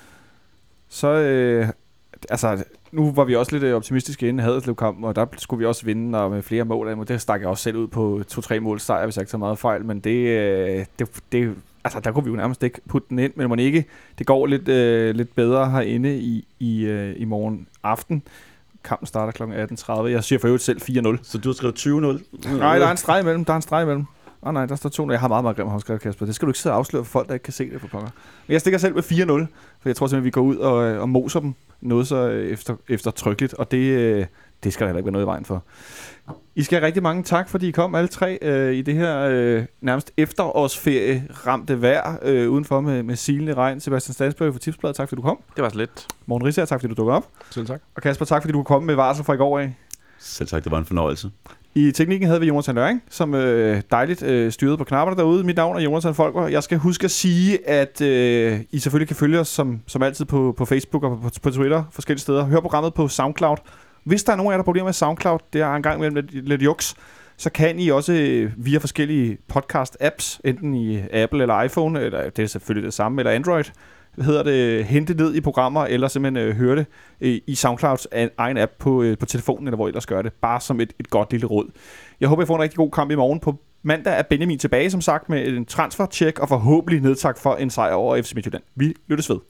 Så, øh, altså, nu var vi også lidt optimistiske inden Haderslev-kampen, og der skulle vi også vinde og med flere mål. Det stak jeg også selv ud på to-tre mål sejr, hvis jeg ikke så meget fejl, men det, øh, det, det altså, der kunne vi jo nærmest ikke putte den ind, men man ikke. Det går lidt, øh, lidt bedre herinde i, i, øh, i morgen aften. Kampen starter klokken atten tredive. Jeg siger for øvrigt selv fire nul. Så du har skrevet tyve nul? Nej, der er en streg imellem. Der er en streg imellem. Åh oh, nej, der står to nul. Jeg har meget, meget grimt håndskrevet, Kasper. Det skal du ikke sidde og afsløre for folk, der ikke kan se det for pokker. Men jeg stikker selv med fire nul, for jeg tror simpelthen, vi går ud og, og moser dem noget så efter, eftertrykkeligt, og det, det skal der heller ikke være noget i vejen for. I skal have rigtig mange tak, fordi I kom alle tre øh, i det her øh, nærmest efterårsferie ramte vejr øh, udenfor med, med silende regn. Sebastian Stansberg fra Tipsbladet, tak fordi du kom. Det var så lidt. Morten Risser, tak fordi du dukkede op. Selv tak. Og Kasper, tak fordi du kunne komme med varsel fra i går af. Selv tak, det var en fornøjelse. I teknikken havde vi Jonathan Løring, som øh, dejligt øh, styrede på knapperne derude. Mit navn er Jonathan Folker. Jeg skal huske at sige, at øh, I selvfølgelig kan følge os som, som altid på, på Facebook og på, på Twitter, forskellige steder. Hør programmet på SoundCloud. Hvis der er nogen af jer, der har problemer med SoundCloud, det er en gang imellem lidt, lidt juks, så kan I også øh, via forskellige podcast-apps, enten i Apple eller iPhone, eller det er selvfølgelig det samme, eller Android, hvad hedder det, hente ned i programmer, eller simpelthen øh, høre det øh, i SoundClouds egen app på, øh, på telefonen, eller hvor I ellers gør det. Bare som et, et godt lille råd. Jeg håber, I får en rigtig god kamp i morgen. På mandag er Benjamin tilbage, som sagt, med en transfer-check, og forhåbentlig nedtak for en sejr over F C Midtjylland. Vi lyttes ved.